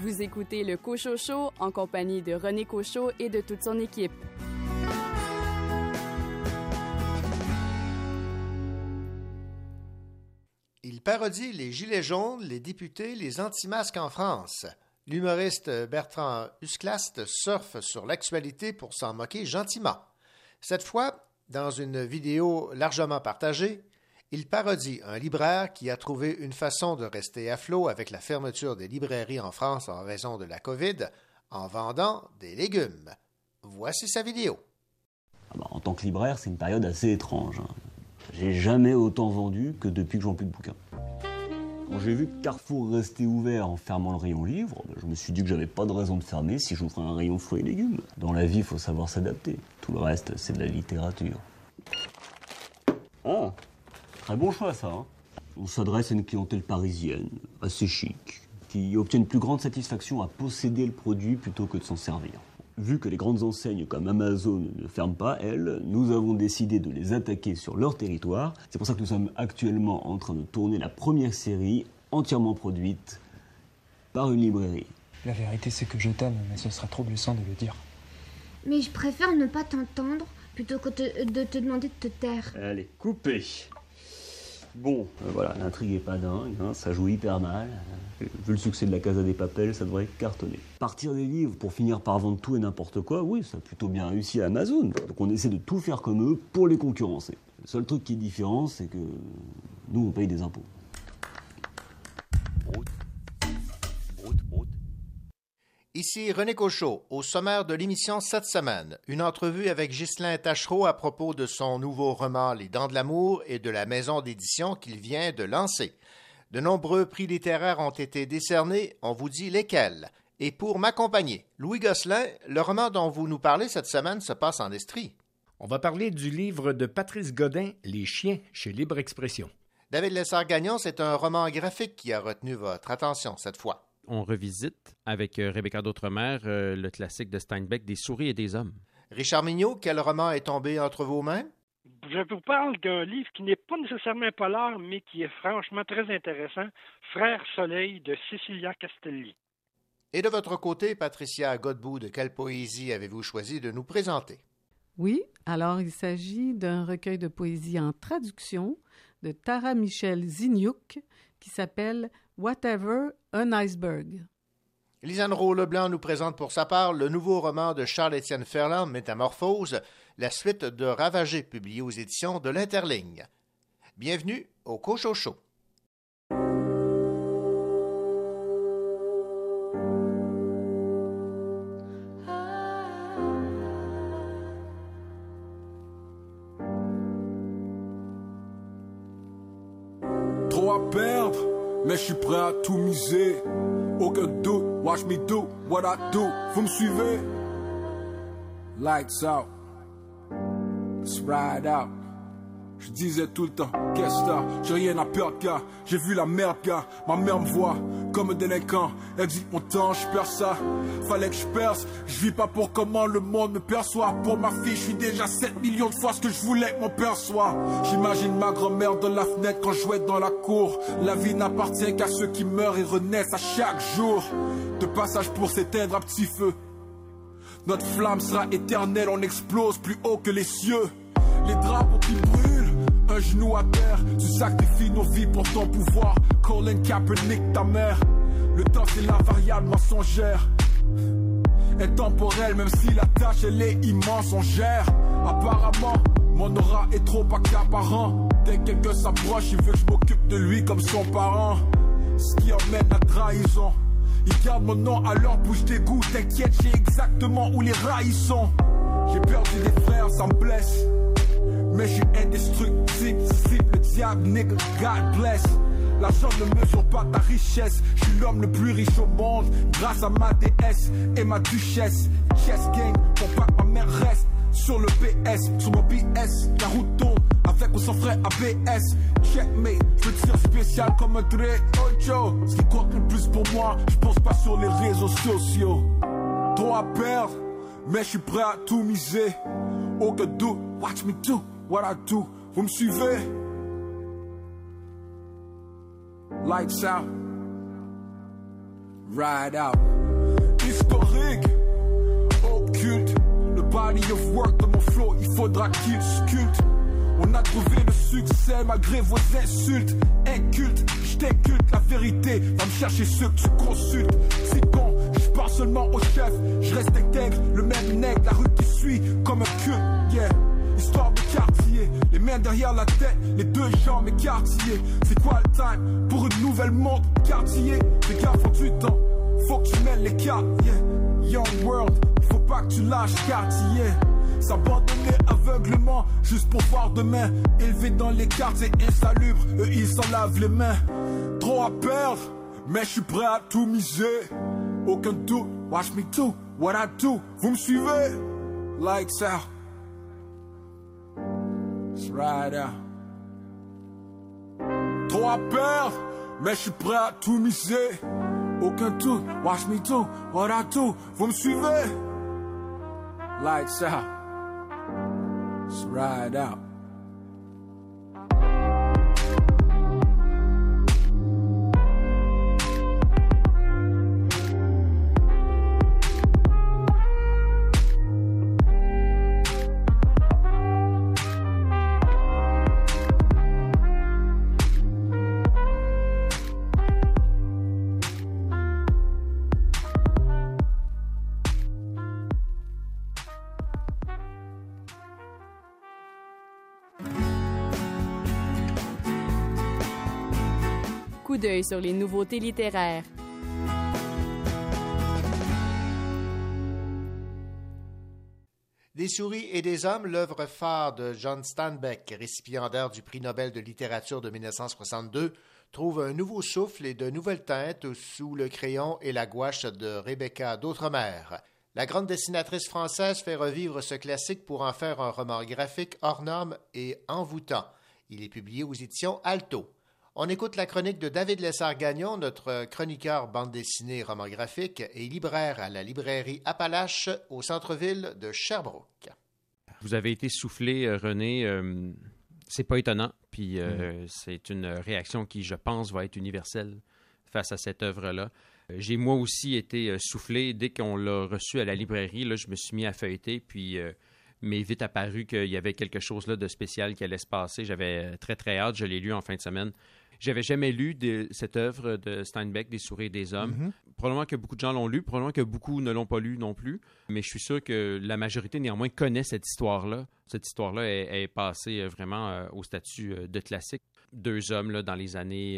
Vous écoutez le Cochot Show en compagnie de René Cochot et de toute son équipe. Il parodie les Gilets jaunes, les députés, les anti-masques en France. L'humoriste Bertrand Usclast surfe sur l'actualité pour s'en moquer gentiment. Cette fois, dans une vidéo largement partagée, il parodie un libraire qui a trouvé une façon de rester à flot avec la fermeture des librairies en France en raison de la COVID en vendant des légumes. Voici sa vidéo. En tant que libraire, c'est une période assez étrange. J'ai jamais autant vendu que depuis que je vends plus de bouquins. Quand j'ai vu que Carrefour restait ouvert en fermant le rayon livres, je me suis dit que j'avais pas de raison de fermer si j'ouvrais un rayon fruits et légumes. Dans la vie, il faut savoir s'adapter. Tout le reste, c'est de la littérature. Ah, très bon choix ça. On s'adresse à une clientèle parisienne, assez chic, qui obtient une plus grande satisfaction à posséder le produit plutôt que de s'en servir. Vu que les grandes enseignes comme Amazon ne ferment pas, elles, nous avons décidé de les attaquer sur leur territoire. C'est pour ça que nous sommes actuellement en train de tourner la première série entièrement produite par une librairie. La vérité, c'est que je t'aime, mais ce serait trop blessant de le dire. Mais je préfère ne pas t'entendre plutôt que de te demander de te taire. Allez, coupez. Bon, voilà, l'intrigue est pas dingue, ça joue hyper mal. Vu le succès de la Casa des Papel, ça devrait cartonner. Partir des livres pour finir par vendre tout et n'importe quoi, oui, ça a plutôt bien réussi à Amazon. Donc on essaie de tout faire comme eux pour les concurrencer. Le seul truc qui est différent, c'est que nous, on paye des impôts. Ici René Cochot, au sommaire de l'émission cette semaine. Une entrevue avec Ghislain Tachereau à propos de son nouveau roman Les Dents de l'amour et de la maison d'édition qu'il vient de lancer. De nombreux prix littéraires ont été décernés, on vous dit lesquels. Et pour m'accompagner, Louis Gosselin, le roman dont vous nous parlez cette semaine se passe en Estrie. On va parler du livre de Patrice Godin, Les chiens, chez Libre Expression. David Lessard-Gagnon, c'est un roman graphique qui a retenu votre attention cette fois. On revisite avec Rebecca d'Outremer le classique de Steinbeck, Des souris et des hommes. Richard Mignot, quel roman est tombé entre vos mains? Je vous parle d'un livre qui n'est pas nécessairement polar, mais qui est franchement très intéressant, Frère Soleil de Cecilia Castelli. Et de votre côté, Patricia Godbout, de quelle poésie avez-vous choisi de nous présenter? Oui, alors il s'agit d'un recueil de poésie en traduction de Tara Michelle Zignouk qui s'appelle « Whatever, an Iceberg ». Lisanne Roux-Leblanc nous présente pour sa part le nouveau roman de Charles-Étienne Ferland, Métamorphose, la suite de Ravagé, publié aux éditions de l'Interligne. Bienvenue au Cochot Show. Trop à perdre, mais je suis prêt à tout miser. Aucun doute, watch me do what I do. Vous me suivez? Lights out, let's ride out. Je disais tout le temps, qu'est-ce que j'ai rien à perdre, gars. J'ai vu la merde, gars. Ma mère me voit comme un délinquant. Elle dit mon temps, je perds ça. Fallait que je perce. Je vis pas pour comment le monde me perçoit. Pour ma fille, je suis déjà 7 millions de fois ce que je voulais que mon père soit. J'imagine ma grand-mère dans la fenêtre quand je jouais dans la cour. La vie n'appartient qu'à ceux qui meurent et renaissent à chaque jour. De passage pour s'éteindre à petit feu. Notre flamme sera éternelle, on explose plus haut que les cieux. Les drapeaux qui brûlent, un genou à terre. Tu sacrifies nos vies pour ton pouvoir. Colin Kaepernick, ta mère. Le temps c'est la variable mensongère. Intemporelle, même si la tâche elle est immense, on gère. Apparemment, mon aura est trop accaparant. Dès que quelqu'un s'approche, il veut que je m'occupe de lui comme son parent. Ce qui emmène à trahison. Ils gardent mon nom à leur bouche d'égout. T'inquiète, j'ai exactement où les rails sont. J'ai perdu des frères, ça me blesse. Mais je suis indestructible, le diable, nigga, God bless. L'argent ne mesure pas ta richesse. Je suis l'homme le plus riche au monde, grâce à ma déesse et ma duchesse. Chess gang, pour pas que ma mère reste sur le PS, sur mon BS. La route tourne, avec ou sans frais ABS. Checkmate, je tire spécial comme un Dre Ojo. Ce qui compte le plus pour moi, je pense pas sur les réseaux sociaux. Trop à perdre, mais je suis prêt à tout miser. Aucun doute, watch me do what I do. Vous me suivez? Lights out, ride out. dig. Occulte le body of work de mon flow, il faudra qu'il sculpte. On a trouvé le succès malgré vos insultes. Inculte, je t'inculte la vérité. Va me chercher ceux que tu consultes. C'est con, je parle seulement au chef. Je reste intègre, le même nègre. La rue qui suit comme un culte, yeah. Histoire de quartier, les mains derrière la tête, les deux jambes écartillées. C'est quoi le time pour une nouvelle montre quartier? Fais gaffe en tu temps, faut que tu mêles les cartes, yeah. Young world, faut pas que tu lâches quartier. S'abandonner aveuglement, juste pour voir demain. Élevé dans les quartiers insalubres, eux ils s'en lavent les mains. Trop à perdre, mais je suis prêt à tout miser. Aucun doute, watch me do what I do. Vous me suivez? Lights out. It's right out. Trop à perdre, mais je suis prêt à tout miser. Aucun doute, watch me do what I do. Vous me suivez? Lights out. It's right out. Coup d'œil sur les nouveautés littéraires. Des souris et des hommes, l'œuvre phare de John Steinbeck, récipiendaire du prix Nobel de littérature de 1962, trouve un nouveau souffle et de nouvelles teintes sous le crayon et la gouache de Rebecca d'Outremer. La grande dessinatrice française fait revivre ce classique pour en faire un roman graphique hors norme et envoûtant. Il est publié aux éditions Alto. On écoute la chronique de David Lessard-Gagnon, notre chroniqueur bande dessinée roman graphique et libraire à la librairie Appalache au centre-ville de Sherbrooke. Vous avez été soufflé, René. C'est pas étonnant. Puis c'est une réaction qui, je pense, va être universelle face à cette œuvre-là. J'ai moi aussi été soufflé. Dès qu'on l'a reçu à la librairie, là, je me suis mis à feuilleter. Puis m'est vite apparu qu'il y avait quelque chose là de spécial qui allait se passer. J'avais très, très hâte. Je l'ai lu en fin de semaine. J'avais jamais lu cette œuvre de Steinbeck, Des souris et des hommes. Mm-hmm. Probablement que beaucoup de gens l'ont lu, probablement que beaucoup ne l'ont pas lu non plus, mais je suis sûr que la majorité, néanmoins, connaît cette histoire-là. Cette histoire-là est passée vraiment au statut de classique. Deux hommes là, dans les années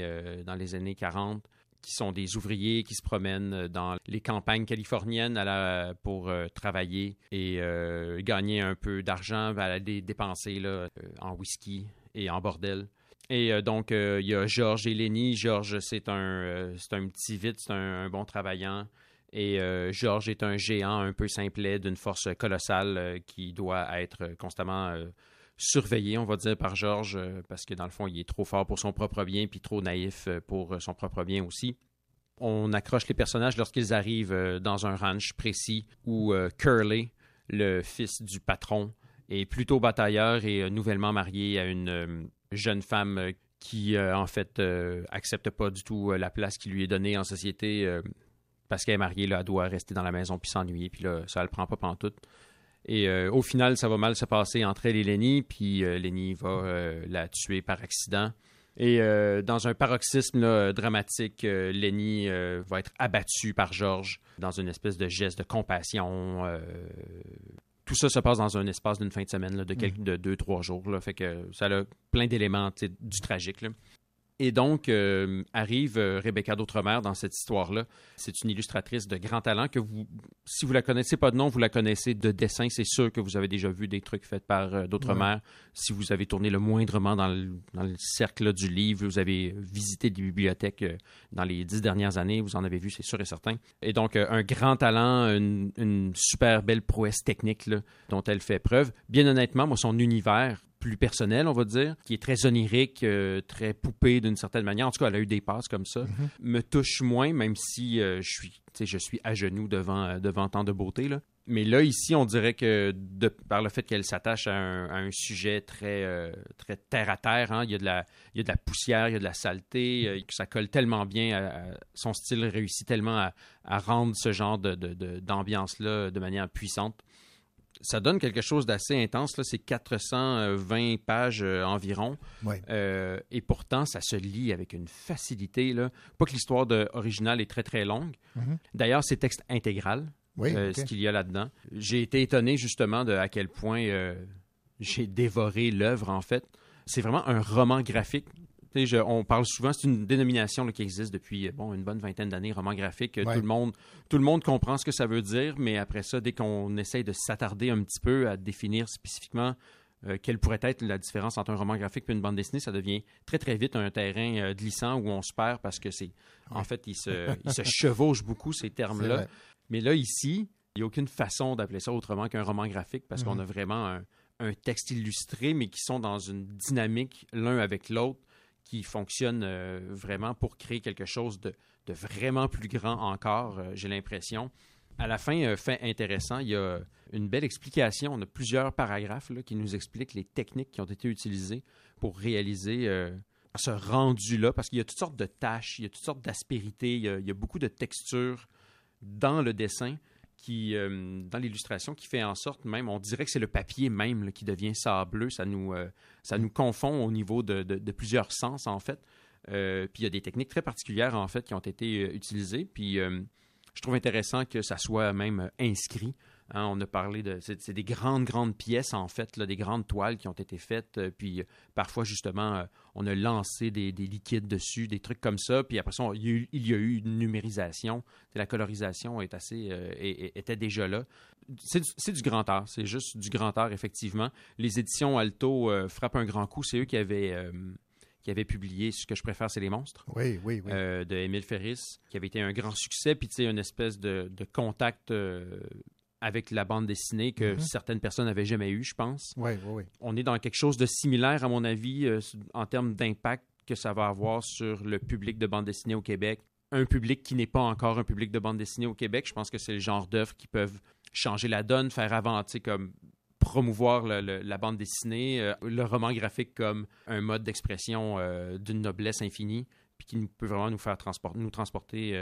40 qui sont des ouvriers qui se promènent dans les campagnes californiennes pour travailler et gagner un peu d'argent, les dépenser là, en whisky et en bordel. Et donc, il y a Georges et Lenny. Georges, c'est un petit vite, c'est un bon travaillant. Et Georges est un géant un peu simplet d'une force colossale qui doit être constamment surveillé, on va dire, par Georges, parce que dans le fond, il est trop fort pour son propre bien puis trop naïf pour son propre bien aussi. On accroche les personnages lorsqu'ils arrivent dans un ranch précis où Curly, le fils du patron, est plutôt batailleur et nouvellement marié à une jeune femme qui, en fait, accepte pas du tout la place qui lui est donnée en société parce qu'elle est mariée, là, elle doit rester dans la maison puis s'ennuyer, puis là, ça, elle le prend pas pantoute. Et au final, ça va mal se passer entre elle et Lenny, puis Lenny va la tuer par accident. Et dans un paroxysme là, dramatique, Lenny va être abattu par Georges dans une espèce de geste de compassion. Tout ça se passe dans un espace d'une fin de semaine là, de 2-3 jours. Là, fait que ça a plein d'éléments du tragique. Là. Et donc, arrive Rebecca d'Outremer dans cette histoire-là. C'est une illustratrice de grand talent que vous, si vous la connaissez pas de nom, vous la connaissez de dessin. C'est sûr que vous avez déjà vu des trucs faits par d'Outremer. Ouais. Si vous avez tourné le moindrement dans le cercle là, du livre, vous avez visité des bibliothèques dans les 10 dernières années, vous en avez vu, c'est sûr et certain. Et donc, un grand talent, une super belle prouesse technique là, dont elle fait preuve. Bien honnêtement, moi, son univers plus personnel, on va dire, qui est très onirique, très poupée d'une certaine manière. En tout cas, elle a eu des passes comme ça. Me touche moins, même si je suis à genoux devant tant de beauté. Là. Mais là, ici, on dirait que par le fait qu'elle s'attache à un sujet très, très terre-à-terre, hein, il y a de la poussière, il y a de la saleté, que ça colle tellement bien, son style réussit tellement à rendre ce genre d'ambiance-là de manière puissante. Ça donne quelque chose d'assez intense, là. C'est 420 pages environ. Ouais. Et pourtant, ça se lit avec une facilité, là. Pas que l'histoire originale est très, très longue. Mm-hmm. D'ailleurs, c'est texte intégral. Oui, okay. Ce qu'il y a là-dedans. J'ai été étonné justement à quel point j'ai dévoré l'œuvre, en fait. C'est vraiment un roman graphique. On parle souvent, c'est une dénomination là, qui existe depuis une bonne vingtaine d'années, roman graphique. Ouais. Tout le monde comprend ce que ça veut dire, mais après ça, dès qu'on essaye de s'attarder un petit peu à définir spécifiquement quelle pourrait être la différence entre un roman graphique et une bande dessinée, ça devient très, très vite un terrain glissant où on se perd parce que en fait, ils se chevauchent beaucoup, ces termes-là. Mais là, ici, il n'y a aucune façon d'appeler ça autrement qu'un roman graphique parce qu'on a vraiment un texte illustré, mais qui sont dans une dynamique l'un avec l'autre qui fonctionne vraiment pour créer quelque chose de vraiment plus grand encore, j'ai l'impression. À la fin, fait intéressant, il y a une belle explication. On a plusieurs paragraphes là, qui nous expliquent les techniques qui ont été utilisées pour réaliser ce rendu-là, parce qu'il y a toutes sortes de taches, il y a toutes sortes d'aspérités, il y a beaucoup de textures dans le dessin, dans l'illustration, qui fait en sorte même, on dirait que c'est le papier même là, qui devient sableux. Ça nous confond au niveau de plusieurs sens, en fait. Puis il y a des techniques très particulières, en fait, qui ont été utilisées. Puis je trouve intéressant que ça soit même inscrit. Hein, on a parlé c'est des grandes pièces, en fait, là, des grandes toiles qui ont été faites. Puis parfois, justement, on a lancé des liquides dessus, des trucs comme ça. Puis après ça, il y a eu une numérisation. La colorisation était déjà là. C'est du grand art. C'est juste du grand art, effectivement. Les éditions Alto frappent un grand coup. C'est eux qui avaient publié Ce que je préfère, c'est les monstres. Oui. De Émile Ferris, qui avait été un grand succès. Puis, tu sais, une espèce de contact avec la bande dessinée que certaines personnes n'avaient jamais eu, je pense. Oui. On est dans quelque chose de similaire, à mon avis, en termes d'impact que ça va avoir sur le public de bande dessinée au Québec. Un public qui n'est pas encore un public de bande dessinée au Québec. Je pense que c'est le genre d'œuvres qui peuvent changer la donne, faire avancer comme promouvoir la bande dessinée, le roman graphique comme un mode d'expression d'une noblesse infinie, puis qui peut vraiment nous faire transporter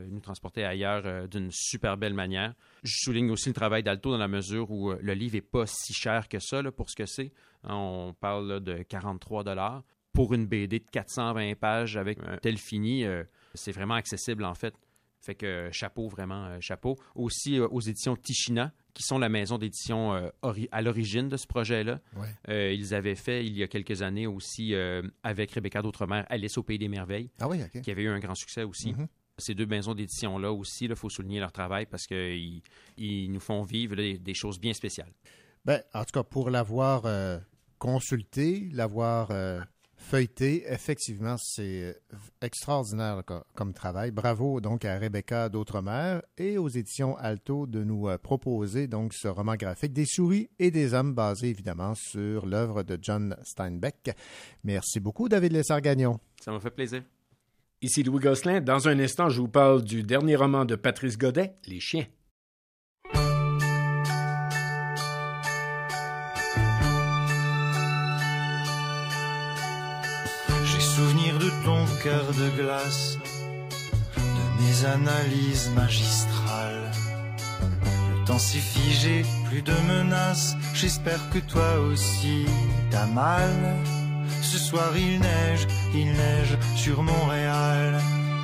ailleurs d'une super belle manière. Je souligne aussi le travail d'Alto dans la mesure où le livre n'est pas si cher que ça là, pour ce que c'est. On parle là, de 43$. Pour une BD de 420 pages avec un tel fini, c'est vraiment accessible en fait. Fait que chapeau, vraiment chapeau. Aussi aux éditions Tichina, qui sont la maison d'édition à l'origine de ce projet-là. Ouais. Ils avaient fait, il y a quelques années aussi, avec Rebecca d'Outremer, Alice au Pays des Merveilles, qui avait eu un grand succès aussi. Ces deux maisons d'édition-là aussi, il faut souligner leur travail parce qu'ils nous font vivre là, des choses bien spéciales. Ben, en tout cas, pour l'avoir consulté, l'avoir feuilleté, effectivement, c'est extraordinaire là, comme travail. Bravo donc à Rebecca d'Outremer et aux éditions Alto de nous proposer donc ce roman graphique des souris et des hommes basé évidemment sur l'œuvre de John Steinbeck. Merci beaucoup, David Lessard-Gagnon. Ça m'a fait plaisir. Ici Louis Gosselin. Dans un instant, je vous parle du dernier roman de Patrice Godet, Les Chiens. Souvenir de ton cœur de glace, de mes analyses magistrales. Le temps s'est figé, plus de menaces. J'espère que toi aussi t'as mal. Ce soir il neige sur Montréal.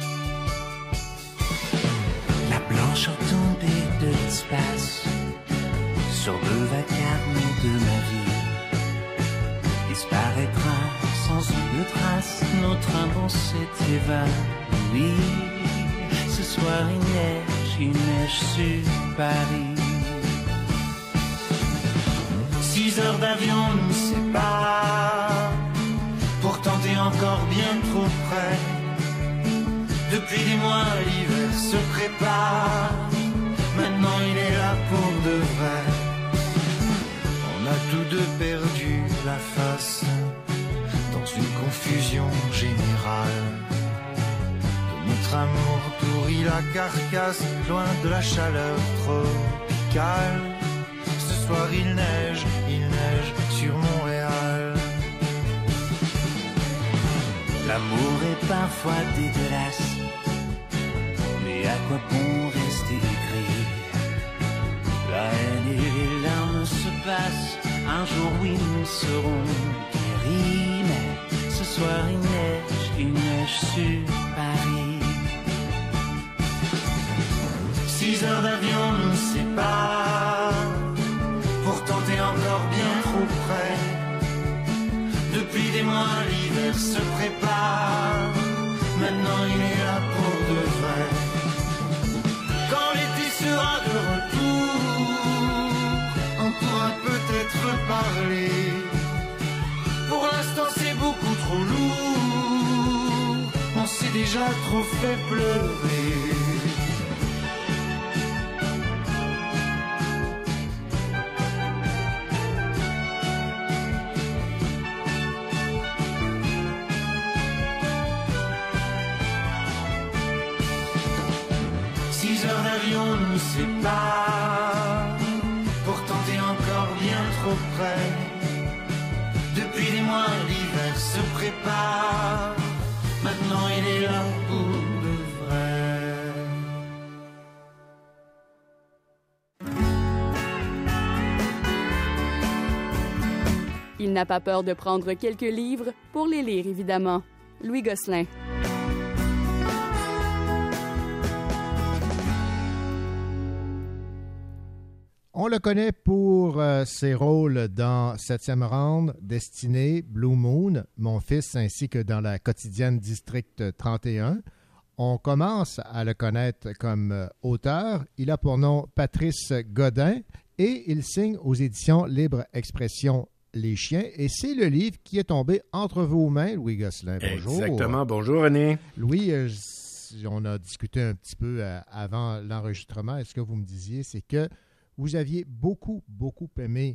La blancheur tombée de l'espace sur le vacarme de ma vie disparaîtra sans une trace. Notre amour s'est évanoui. Ce soir il neige sur Paris. 6 heures d'avion nous séparent, pourtant t'es encore bien trop près. Depuis des mois l'hiver se prépare, maintenant il est là pour de vrai. On a tous deux perdu la face dans une confusion générale. De notre amour pourrit la carcasse, loin de la chaleur tropicale. tropicale. Ce soir il neige sur Montréal. L'amour est parfois dégueulasse, mais à quoi bon rester gris? La haine et les larmes se passent, un jour oui nous serons guéris. Mais ce soir il neige sur Paris. 6 heures d'avion nous séparent, pourtant t'es encore bien trop près. Depuis des mois l'hiver se prépare, maintenant il est là pour de vrai. Quand l'été sera de retour, on pourra peut-être parler. Pour l'instant c'est beaucoup trop lourd, on s'est déjà trop fait pleurer. 6 heures d'avion nous séparent, pourtant t'es encore bien trop près. Depuis des mois l'hiver se prépare, maintenant il est là pour de vrai. Il n'a pas peur de prendre quelques livres pour les lire, évidemment. Louis Gosselin. On le connaît pour ses rôles dans 7e Round, Destinée, Blue Moon, Mon fils, ainsi que dans la quotidienne District 31. On commence à le connaître comme auteur. Il a pour nom Patrice Godin et il signe aux éditions Libre Expression Les Chiens. Et c'est le livre qui est tombé entre vos mains, Louis Gosselin. Bonjour. Exactement. Bonjour, René. Louis, on a discuté un petit peu avant l'enregistrement. Et ce que vous me disiez, c'est que vous aviez beaucoup aimé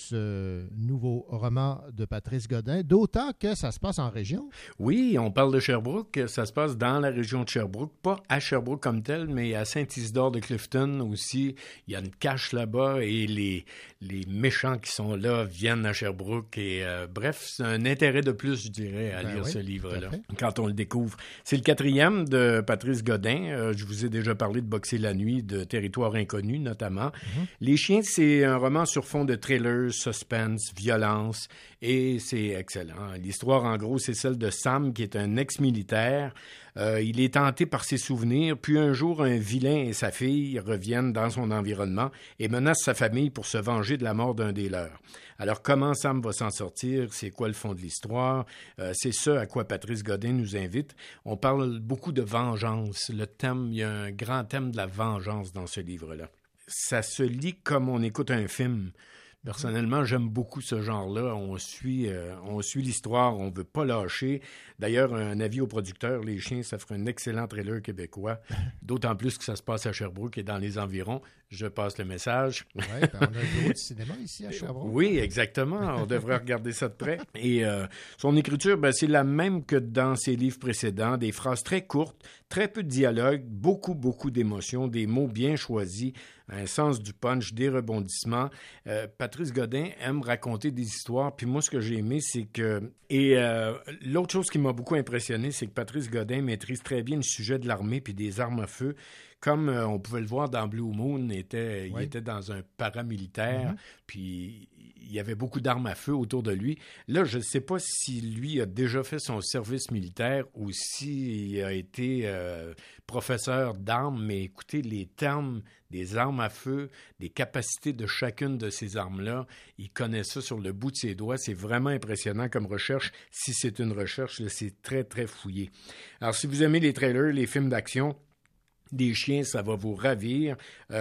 ce nouveau roman de Patrice Godin, d'autant que ça se passe en région. Oui, on parle de Sherbrooke. Ça se passe dans la région de Sherbrooke, pas à Sherbrooke comme tel, mais à Saint-Isidore de Clifton aussi. Il y a une cache là-bas et les méchants qui sont là viennent à Sherbrooke. Et bref, c'est un intérêt de plus, je dirais, à lire ce livre-là, quand on le découvre. C'est le 4e de Patrice Godin. Je vous ai déjà parlé de Boxer la nuit, de Territoire inconnu, notamment. Mm-hmm. Les chiens, c'est un roman sur fond de thriller, suspense, violence, et c'est excellent. L'histoire, en gros, c'est celle de Sam, qui est un ex-militaire. Il est hanté par ses souvenirs, puis un jour, un vilain et sa fille reviennent dans son environnement et menacent sa famille pour se venger de la mort d'un des leurs. Alors, comment Sam va s'en sortir? C'est quoi le fond de l'histoire? C'est ce à quoi Patrice Godin nous invite. On parle beaucoup de vengeance. Le thème, il y a un grand thème de la vengeance dans ce livre-là. Ça se lit comme on écoute un film. Personnellement, j'aime beaucoup ce genre-là. On suit l'histoire, on ne veut pas lâcher. D'ailleurs, un avis aux producteurs, Les Chiens, ça ferait un excellent thriller québécois. D'autant plus que ça se passe à Sherbrooke et dans les environs. Je passe le message. Oui, on a un bureau de cinéma ici à Sherbrooke. Oui, exactement. On devrait regarder ça de près. Et son écriture, c'est la même que dans ses livres précédents. Des phrases très courtes, très peu de dialogue, beaucoup d'émotions, des mots bien choisis, un sens du punch, des rebondissements. Patrice Godin aime raconter des histoires. Puis moi, ce que j'ai aimé, c'est que... Et l'autre chose qui m'a beaucoup impressionné, c'est que Patrice Godin maîtrise très bien le sujet de l'armée puis des armes à feu. Comme on pouvait le voir dans Blue Moon, il était dans un paramilitaire, puis il y avait beaucoup d'armes à feu autour de lui. Là, je ne sais pas si lui a déjà fait son service militaire ou s'il a été professeur d'armes, mais écoutez, les termes des armes à feu, des capacités de chacune de ces armes-là, il connaît ça sur le bout de ses doigts. C'est vraiment impressionnant comme recherche. Si c'est une recherche, là, c'est très, très fouillé. Alors, si vous aimez les trailers, les films d'action, des chiens, ça va vous ravir.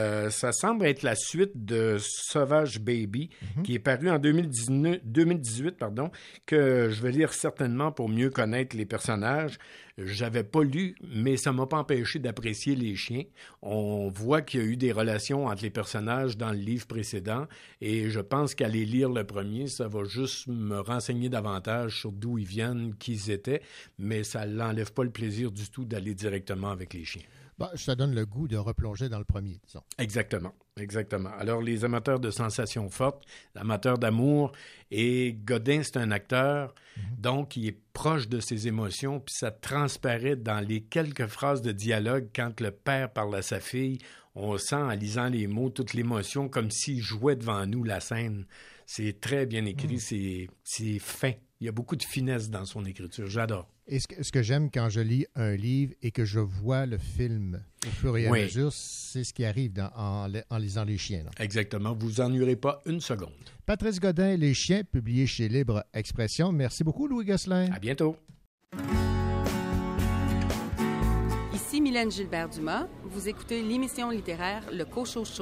Ça semble être la suite de Sauvage Baby, qui est paru en 2018, que je vais lire certainement pour mieux connaître les personnages. J'avais pas lu, mais ça m'a pas empêché d'apprécier les chiens. On voit qu'il y a eu des relations entre les personnages dans le livre précédent, et je pense qu'aller lire le premier, ça va juste me renseigner davantage sur d'où ils viennent, qui ils étaient, mais ça n'enlève pas le plaisir du tout d'aller directement avec les chiens. Bah, ça donne le goût de replonger dans le premier, disons. Exactement. Alors, les amateurs de sensations fortes, amateurs d'amour, et Godin, c'est un acteur, donc il est proche de ses émotions, puis ça transparaît dans les quelques phrases de dialogue quand le père parle à sa fille. On sent, en lisant les mots, toute l'émotion, comme s'il jouait devant nous la scène. C'est très bien écrit, c'est fin. Il y a beaucoup de finesse dans son écriture. J'adore. Et ce que j'aime quand je lis un livre et que je vois le film au fur et à mesure, c'est ce qui arrive en lisant Les Chiens. Là. Exactement. Vous vous ennuierez pas une seconde. Patrice Godin, Les Chiens, publié chez Libre Expression. Merci beaucoup, Louis Gosselin. À bientôt. Ici Mylène Gilbert-Dumas. Vous écoutez l'émission littéraire Le Cochocho.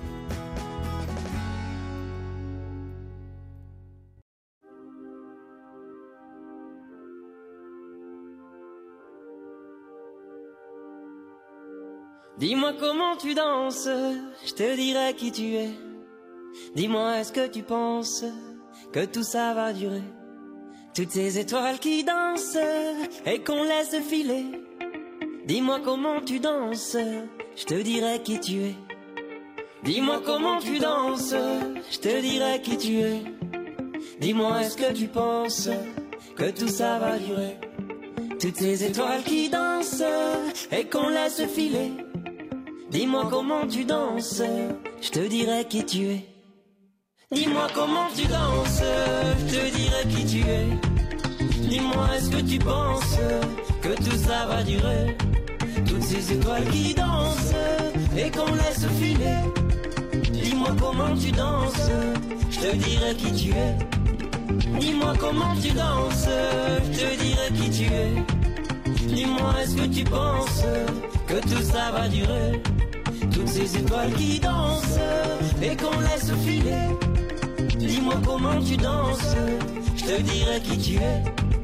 Dis-moi comment tu danses, je te dirai qui tu es. Dis-moi est-ce que tu penses que tout ça va durer? Toutes ces étoiles qui dansent et qu'on laisse filer. Dis-moi comment tu danses, je te dirai qui tu es. Dis-moi comment tu danses, je te dirai qui tu es. Dis-moi est-ce que tu penses que tout ça va durer? Toutes ces étoiles qui dansent et qu'on laisse filer. Dis-moi comment tu danses, je te dirai qui tu es. Dis-moi comment tu danses, je te dirai qui tu es. Dis-moi est-ce que tu penses que tout ça va durer? Toutes ces étoiles qui dansent et qu'on laisse filer. Dis-moi comment tu danses, je te dirai qui tu es. Dis-moi comment tu danses, je te dirai qui tu es. Dis-moi est-ce que tu penses que tout ça va durer? Toutes ces étoiles qui dansent et qu'on laisse filer. Dis-moi comment tu danses, je te dirai qui tu es.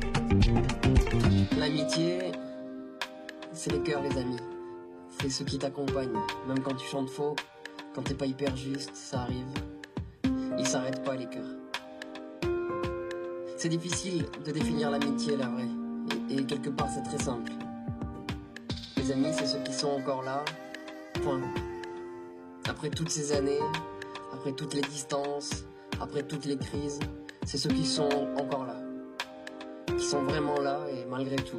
L'amitié, c'est les cœurs, les amis. C'est ceux qui t'accompagnent, même quand tu chantes faux, quand t'es pas hyper juste, ça arrive. Ils s'arrêtent pas, les cœurs. C'est difficile de définir l'amitié, la vraie. Et quelque part, c'est très simple. Les amis, c'est ceux qui sont encore là. Point. Après toutes ces années, après toutes les distances, après toutes les crises, c'est ceux qui sont encore là. Qui sont vraiment là et malgré tout.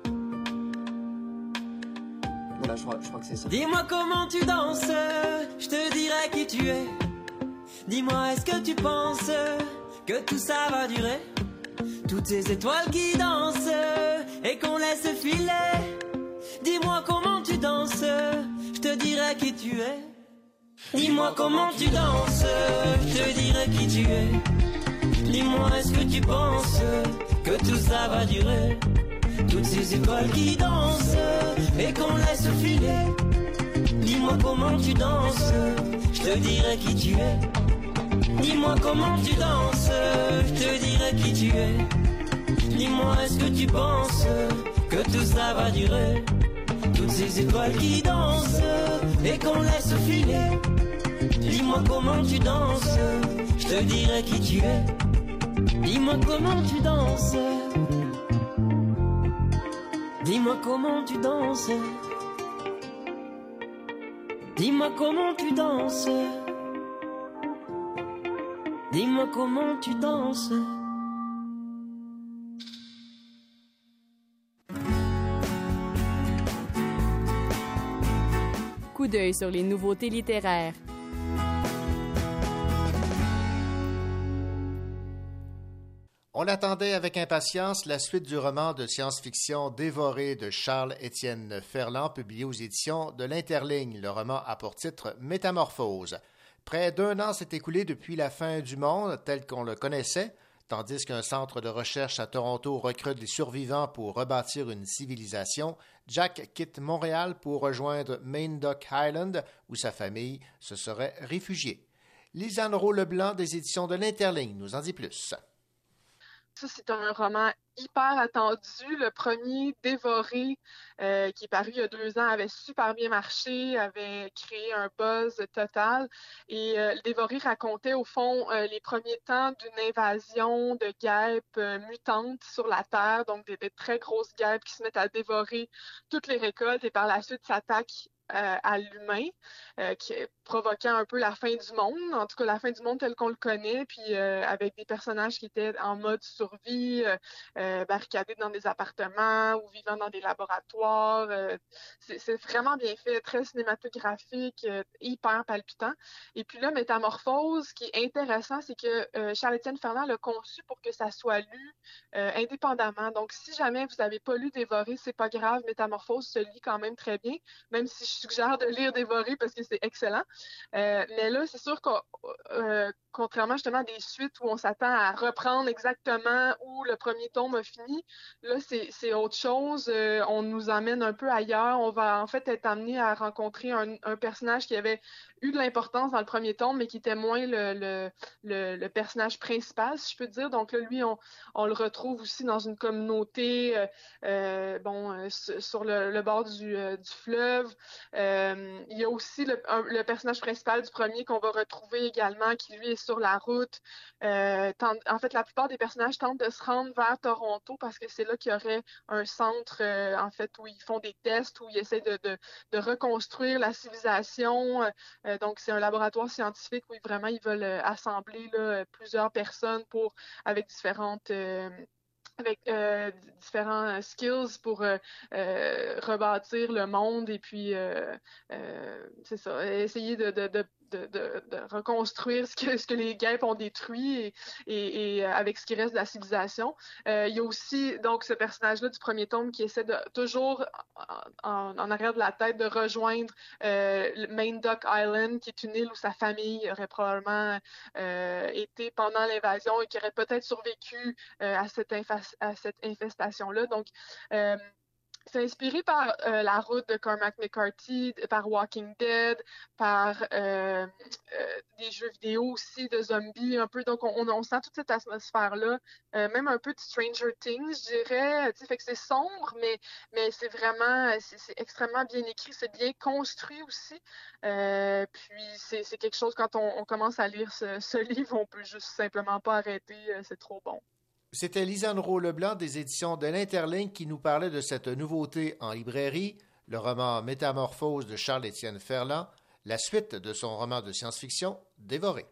Voilà, je crois que c'est ça. Dis-moi comment tu danses, je te dirai qui tu es. Dis-moi est-ce que tu penses que tout ça va durer? Toutes ces étoiles qui dansent et qu'on laisse filer. Dis-moi comment tu danses, je te dirai qui tu es. Dis-moi comment tu danses, je te dirai qui tu es. Dis-moi est-ce que tu penses que tout ça va durer? Toutes ces étoiles qui dansent et qu'on laisse filer. Dis-moi comment tu danses, je te dirai qui tu es. Dis-moi comment tu danses, je te dirai qui tu es. Dis-moi est-ce que tu penses que tout ça va durer? Toutes ces étoiles qui dansent et qu'on laisse filer. Dis-moi comment tu danses, je te dirai qui tu es. Dis-moi comment tu danses. Dis-moi comment tu danses. Dis-moi comment tu danses. Dis-moi comment tu danses. Coup d'œil sur les nouveautés littéraires. On attendait avec impatience la suite du roman de science-fiction Dévoré de Charles-Étienne Ferland, publié aux éditions de l'Interligne. Le roman a pour titre Métamorphose. Près d'1 an s'est écoulé depuis la fin du monde tel qu'on le connaissait, tandis qu'un centre de recherche à Toronto recrute des survivants pour rebâtir une civilisation. Jack quitte Montréal pour rejoindre Main Dock Island, où sa famille se serait réfugiée. Lisanne Roux-Leblanc des éditions de l'Interligne nous en dit plus. Ça, c'est un roman hyper attendu. Le premier, Dévoré, qui est paru il y a 2 ans, avait super bien marché, avait créé un buzz total. Et Dévoré racontait, au fond, les premiers temps d'une invasion de guêpes mutantes sur la Terre, donc des très grosses guêpes qui se mettent à dévorer toutes les récoltes et par la suite s'attaquent à l'humain, qui provoquant un peu la fin du monde, en tout cas la fin du monde tel qu'on le connaît, puis avec des personnages qui étaient en mode survie, barricadés dans des appartements ou vivant dans des laboratoires. C'est vraiment bien fait, très cinématographique, hyper palpitant. Et puis là, Métamorphose, ce qui est intéressant, c'est que Charles-Étienne Ferland l'a conçu pour que ça soit lu indépendamment. Donc, si jamais vous n'avez pas lu Dévoré, c'est pas grave, Métamorphose se lit quand même très bien, même si je suggère de lire Dévoré parce que c'est excellent. Mais là, c'est sûr que contrairement justement à des suites où on s'attend à reprendre exactement où le premier tome a fini, là, c'est autre chose. On nous emmène un peu ailleurs. On va en fait être amené à rencontrer un personnage qui avait eu de l'importance dans le premier tome, mais qui était moins le personnage principal, si je peux dire. Donc là, lui, on le retrouve aussi dans une communauté sur le bord du fleuve. Il y a aussi le personnage principal du premier qu'on va retrouver également, qui lui est sur la route. En fait, la plupart des personnages tentent de se rendre vers Toronto parce que c'est là qu'il y aurait un centre en fait où ils font des tests, où ils essaient de reconstruire la civilisation. Donc, c'est un laboratoire scientifique où vraiment ils veulent assembler là, plusieurs personnes avec différents skills pour rebâtir le monde et puis c'est ça, essayer de reconstruire ce que les guêpes ont détruit et avec ce qui reste de la civilisation. Il y a aussi donc ce personnage-là du premier tome qui essaie de toujours en arrière de la tête de rejoindre Main Duck Island, qui est une île où sa famille aurait probablement été pendant l'invasion et qui aurait peut-être survécu à cette infestation-là. Donc, c'est inspiré par La Route de Cormac McCarthy, par Walking Dead, par des jeux vidéo aussi de zombies un peu. Donc, on sent toute cette atmosphère-là, même un peu de Stranger Things, je dirais. Fait que c'est sombre, mais c'est vraiment, c'est extrêmement bien écrit, c'est bien construit aussi. Puis, c'est quelque chose, quand on commence à lire ce livre, on peut juste simplement pas arrêter, c'est trop bon. C'était Lisanne Roux-Leblanc des éditions de l'Interligne qui nous parlait de cette nouveauté en librairie, le roman Métamorphose de Charles-Étienne Ferland, la suite de son roman de science-fiction Dévoré.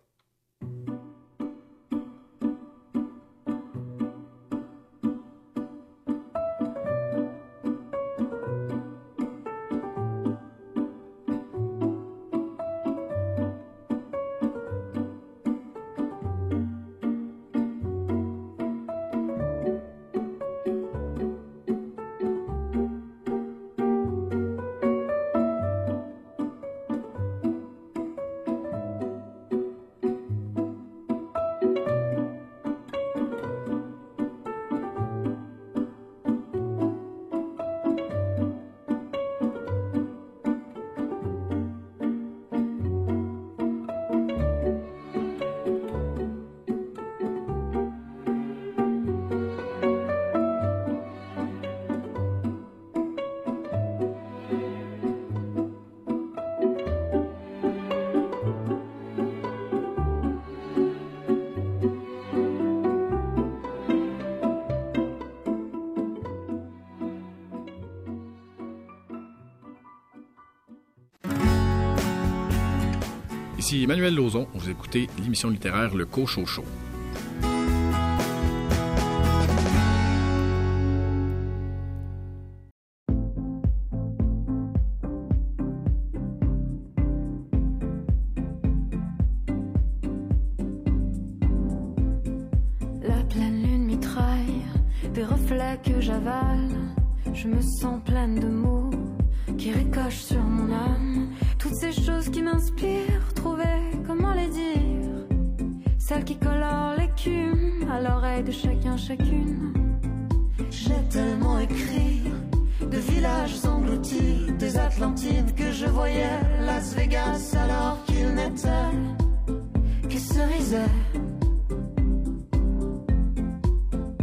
Ici Emmanuel Lauzon, vous écoutez l'émission littéraire Le Cochocho. La pleine lune mitraille des reflets que j'avale. Je me sens pleine de mots qui ricochent sur mon âme. Toutes ces choses qui m'inspirent, trouver comment les dire. Celles qui colorent l'écume à l'oreille de chacun, chacune. J'ai tellement écrit de villages engloutis, des Atlantides que je voyais, Las Vegas alors qu'il n'était que cerisay.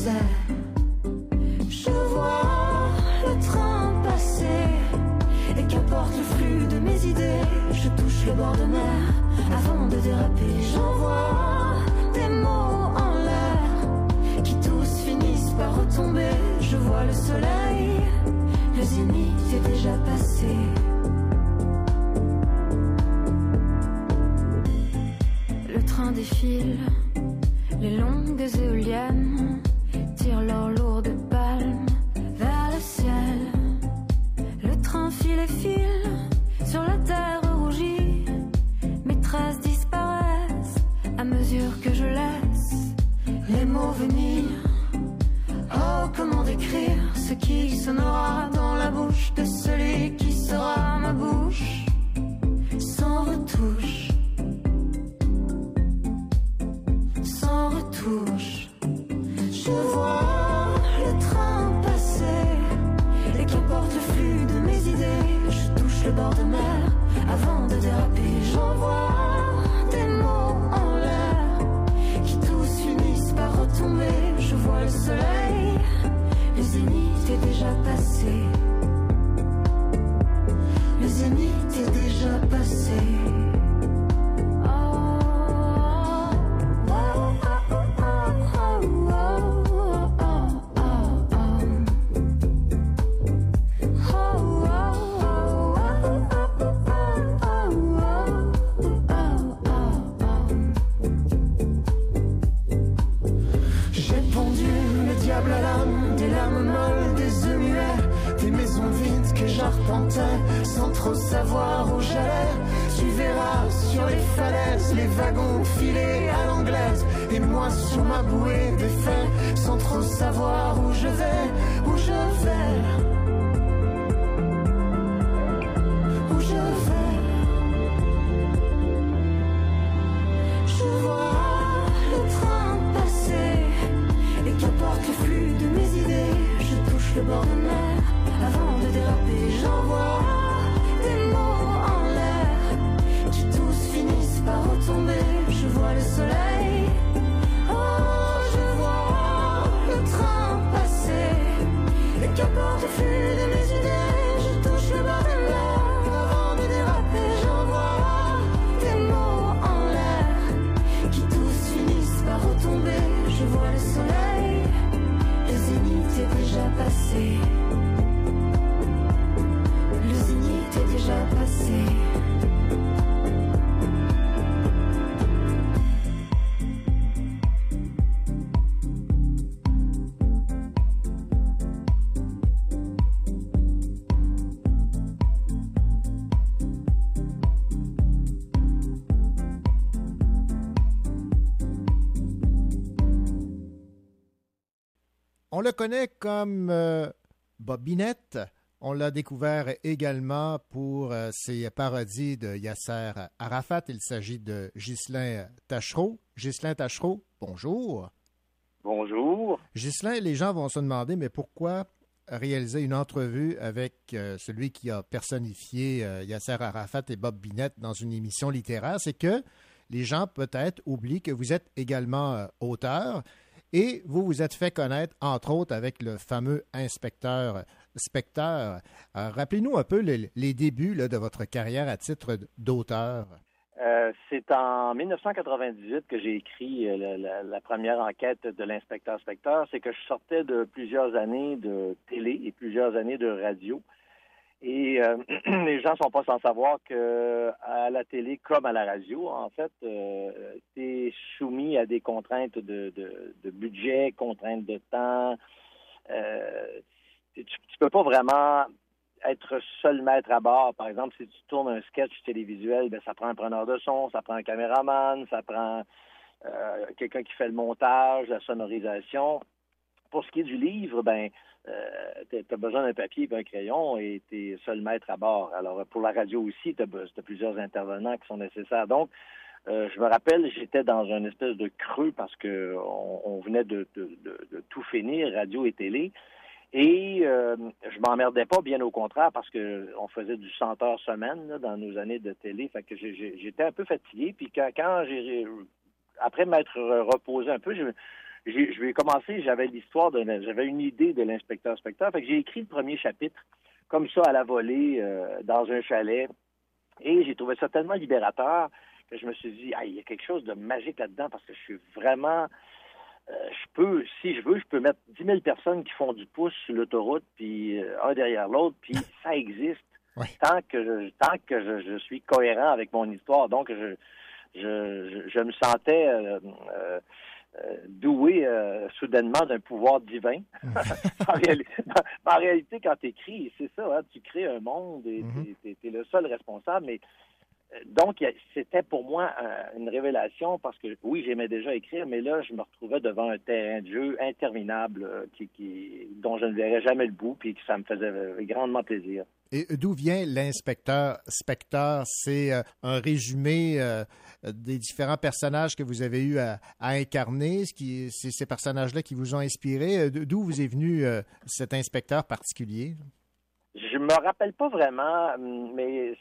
sais. Je vois le train passer, et qu'importe le flux de mes idées, je touche le bord de mer avant de déraper. J'envoie des mots en l'air qui tous finissent par retomber. Je vois le soleil, le zénith est déjà passé. Le train défile, les longues éoliennes tirent leurs lourdes palmes vers le ciel. Le train file et file sur la terre rougie. Mes traces disparaissent à mesure que je laisse les mots venir. Oh, comment décrire ce qui sonnera dans la bouche de celui qui sera ma bouche sans retouche. Sans retouche. Je vois le train passer, et qu'importe le flux de mes idées, je touche le bord de mer avant de déraper. J'envoie des mots en l'air qui tous finissent par retomber. Je vois le soleil, le zénith est déjà passé. Le zénith est déjà passé. Sans trop savoir où j'allais. Tu verras sur les falaises les wagons filés à l'anglaise, et moi sur ma bouée défait, sans trop savoir où je vais, où je vais, où je vais. Je vois le train passer, et qu'importe le flux de mes idées, je touche le bord de mer avant de déraper. J'envoie des mots en l'air qui tous finissent par retomber. Je vois le soleil, oh, je vois le train passer, et qu'importe le flux de mes idées, je touche le bord de mer avant de déraper. J'envoie des mots en l'air qui tous finissent par retomber. Je vois le soleil, le zénith est déjà passé. Déjà passé. On le connaît comme Bob Binette. On l'a découvert également pour ses parodies de Yasser Arafat. Il s'agit de Ghislain Taschereau. Ghislain Taschereau, bonjour. Bonjour. Ghislain, les gens vont se demander, mais pourquoi réaliser une entrevue avec celui qui a personnifié Yasser Arafat et Bob Binette dans une émission littéraire? C'est que les gens peut-être oublient que vous êtes également auteur et vous vous êtes fait connaître, entre autres, avec le fameux inspecteur Specteur. Rappelez-nous un peu les débuts là, de votre carrière à titre d'auteur. C'est en 1998 que j'ai écrit la première enquête de l'inspecteur Specteur. C'est que je sortais de plusieurs années de télé et plusieurs années de radio. Et les gens ne sont pas sans savoir qu'à la télé comme à la radio, en fait, tu es soumis à des contraintes de budget, contraintes de temps. Tu peux pas vraiment être seul maître à bord. Par exemple, si tu tournes un sketch télévisuel, ben ça prend un preneur de son, ça prend un caméraman, ça prend quelqu'un qui fait le montage, la sonorisation. Pour ce qui est du livre, ben tu as besoin d'un papier et un crayon et tu es seul maître à bord. Alors, pour la radio aussi, tu as plusieurs intervenants qui sont nécessaires. Donc, je me rappelle, j'étais dans une espèce de creux parce que on venait de tout finir, radio et télé. Et je m'emmerdais pas, bien au contraire, parce que on faisait du 100 heures semaine là, dans nos années de télé. Fait que j'étais un peu fatigué. Puis quand j'ai après m'être reposé un peu, je vais commencer, j'avais une idée de l'inspecteur Spector. Fait que j'ai écrit le premier chapitre comme ça à la volée dans un chalet. Et j'ai trouvé ça tellement libérateur que je me suis dit, il y a quelque chose de magique là-dedans parce que je suis vraiment... si je veux, je peux mettre 10 000 personnes qui font du pouce sur l'autoroute, puis un derrière l'autre, puis ça existe. Ouais. Tant que je suis cohérent avec mon histoire. Donc, je me sentais doué soudainement d'un pouvoir divin. En réalité, quand tu écris, c'est ça, hein, tu crées un monde et tu es le seul responsable. Mais donc, c'était pour moi une révélation parce que, oui, j'aimais déjà écrire, mais là, je me retrouvais devant un terrain de jeu interminable dont je ne verrais jamais le bout, puis que ça me faisait grandement plaisir. Et d'où vient l'inspecteur Spector? C'est un résumé des différents personnages que vous avez eu à incarner. C'est ces personnages-là qui vous ont inspiré. D'où vous est venu cet inspecteur particulier? Je me rappelle pas vraiment, mais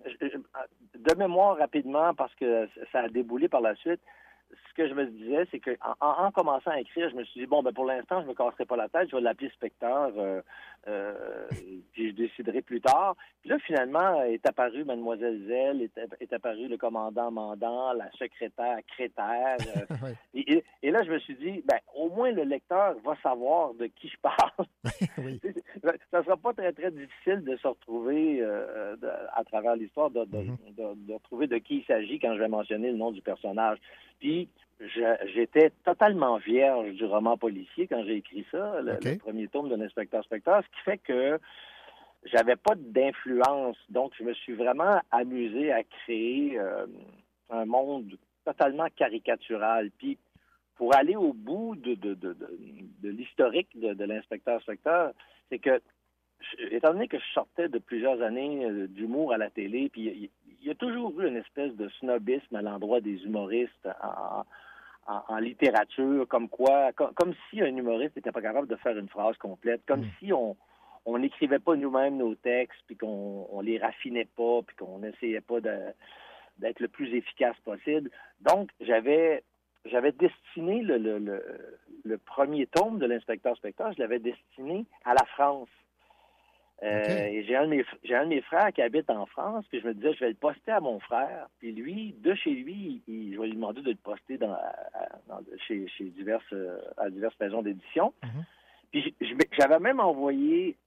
de mémoire rapidement, parce que ça a déboulé par la suite, ce que je me disais, c'est que en commençant à écrire, je me suis dit, bon, ben pour l'instant, je me casserai pas la tête, je vais l'appeler Spector, puis je déciderai plus tard. Puis là, finalement, est apparue Mademoiselle Zell, est apparu le commandant Mandant, la secrétaire Crétaire. Oui. Et là, je me suis dit, ben au moins le lecteur va savoir de qui je parle. Oui. Ça sera pas très, très difficile de se retrouver à travers l'histoire, de retrouver de qui il s'agit quand je vais mentionner le nom du personnage. Puis, j'étais totalement vierge du roman policier quand j'ai écrit ça, le premier tome de l'Inspecteur Spector, ce qui fait que j'avais pas d'influence. Donc, je me suis vraiment amusé à créer un monde totalement caricatural. Puis, pour aller au bout de l'historique de l'Inspecteur Spector, c'est que, étant donné que je sortais de plusieurs années d'humour à la télé, puis il y a toujours eu une espèce de snobisme à l'endroit des humoristes en littérature, comme si un humoriste n'était pas capable de faire une phrase complète, comme si on n'écrivait pas nous-mêmes nos textes, puis qu'on les raffinait pas, puis qu'on n'essayait pas d'être le plus efficace possible. Donc, j'avais destiné le premier tome de l'Inspecteur Spector, je l'avais destiné à la France. Et j'ai un de mes frères qui habite en France, puis je me disais, je vais le poster à mon frère, puis lui, de chez lui, je vais lui demander de le poster chez diverses maisons d'édition. Puis j'avais même envoyé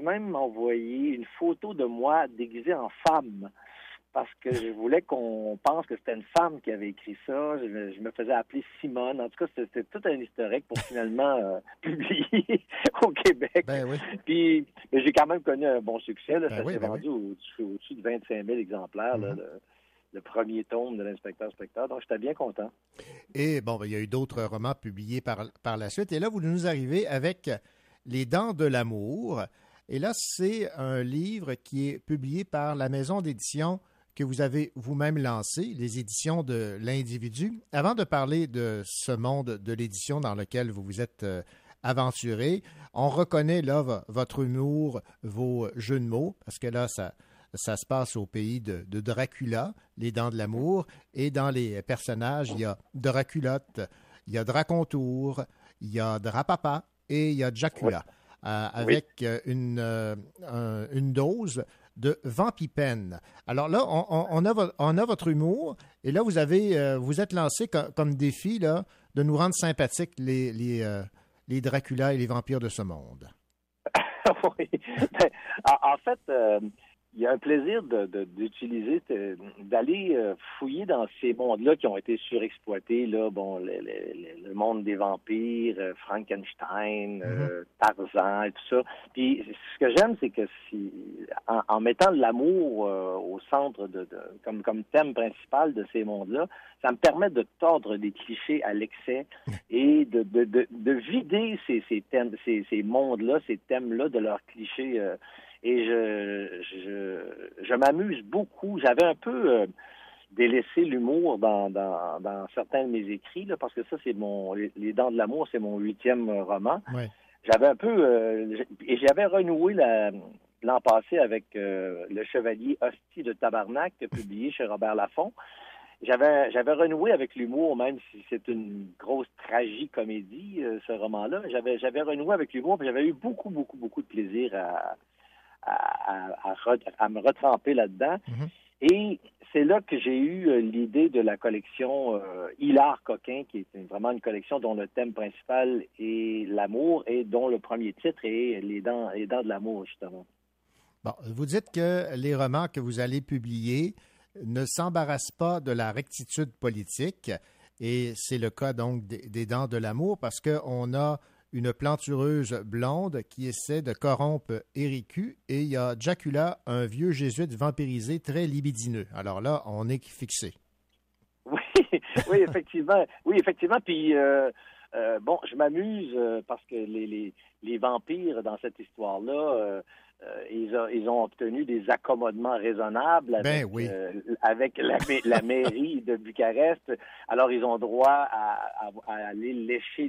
une photo de moi déguisée en femme, parce que je voulais qu'on pense que c'était une femme qui avait écrit ça. Je me faisais appeler Simone. En tout cas, c'était tout un historique pour finalement publier au Québec. Ben oui. Puis j'ai quand même connu un bon succès. Là. Ça s'est vendu au-dessus de 25 000 exemplaires, là, le premier tome de l'Inspecteur Spector. Donc, j'étais bien content. Et bon, il y a eu d'autres romans publiés par la suite. Et là, vous nous arrivez avec Les Dents de l'amour. Et là, c'est un livre qui est publié par la maison d'édition que vous avez vous-même lancé, les éditions de l'Individu. Avant de parler de ce monde de l'édition dans lequel vous vous êtes aventuré, on reconnaît là votre humour, vos jeux de mots, parce que là, ça se passe au pays de Dracula, les Dents de l'amour, et dans les personnages, il y a Draculotte, il y a Dracontour, il y a Drapapa et il y a Dracula, avec une dose de Vampipène. Alors là, on a votre humour, et là, vous êtes lancé comme défi là, de nous rendre sympathiques les Dracula et les vampires de ce monde. Oui. En fait, il y a un plaisir d'utiliser, d'aller fouiller dans ces mondes-là qui ont été surexploités, là, bon, le monde des vampires, Frankenstein, Tarzan et tout ça. Puis ce que j'aime, c'est que en mettant de l'amour au centre comme thème principal de ces mondes-là, ça me permet de tordre des clichés à l'excès et de vider ces mondes-là, ces thèmes-là de leurs clichés. Et je m'amuse beaucoup. J'avais un peu délaissé l'humour dans certains de mes écrits, là, parce que ça, c'est Les Dents de l'amour, c'est mon 8e roman. Ouais. J'avais un peu... et j'avais renoué l'an passé avec Le Chevalier Hostie de Tabarnak, publié chez Robert Laffont. j'avais renoué avec l'humour, même si c'est une grosse tragicomédie, ce roman-là. J'avais renoué avec l'humour, puis j'avais eu beaucoup, beaucoup, beaucoup de plaisir à me retremper là-dedans. Et c'est là que j'ai eu l'idée de la collection Hilaire Coquin, qui est vraiment une collection dont le thème principal est l'amour et dont le premier titre est Les dents de l'amour, justement. Bon, vous dites que les romans que vous allez publier ne s'embarrassent pas de la rectitude politique, et c'est le cas donc des Dents de l'amour, parce qu'on a une plantureuse blonde qui essaie de corrompre Éricu, et il y a Dracula, un vieux jésuite vampirisé très libidineux. Alors là, on est fixé. Oui, effectivement. Puis, bon, je m'amuse parce que les vampires dans cette histoire-là, ils ont obtenu des accommodements raisonnables avec la mairie de Bucarest. Alors, ils ont droit à aller lécher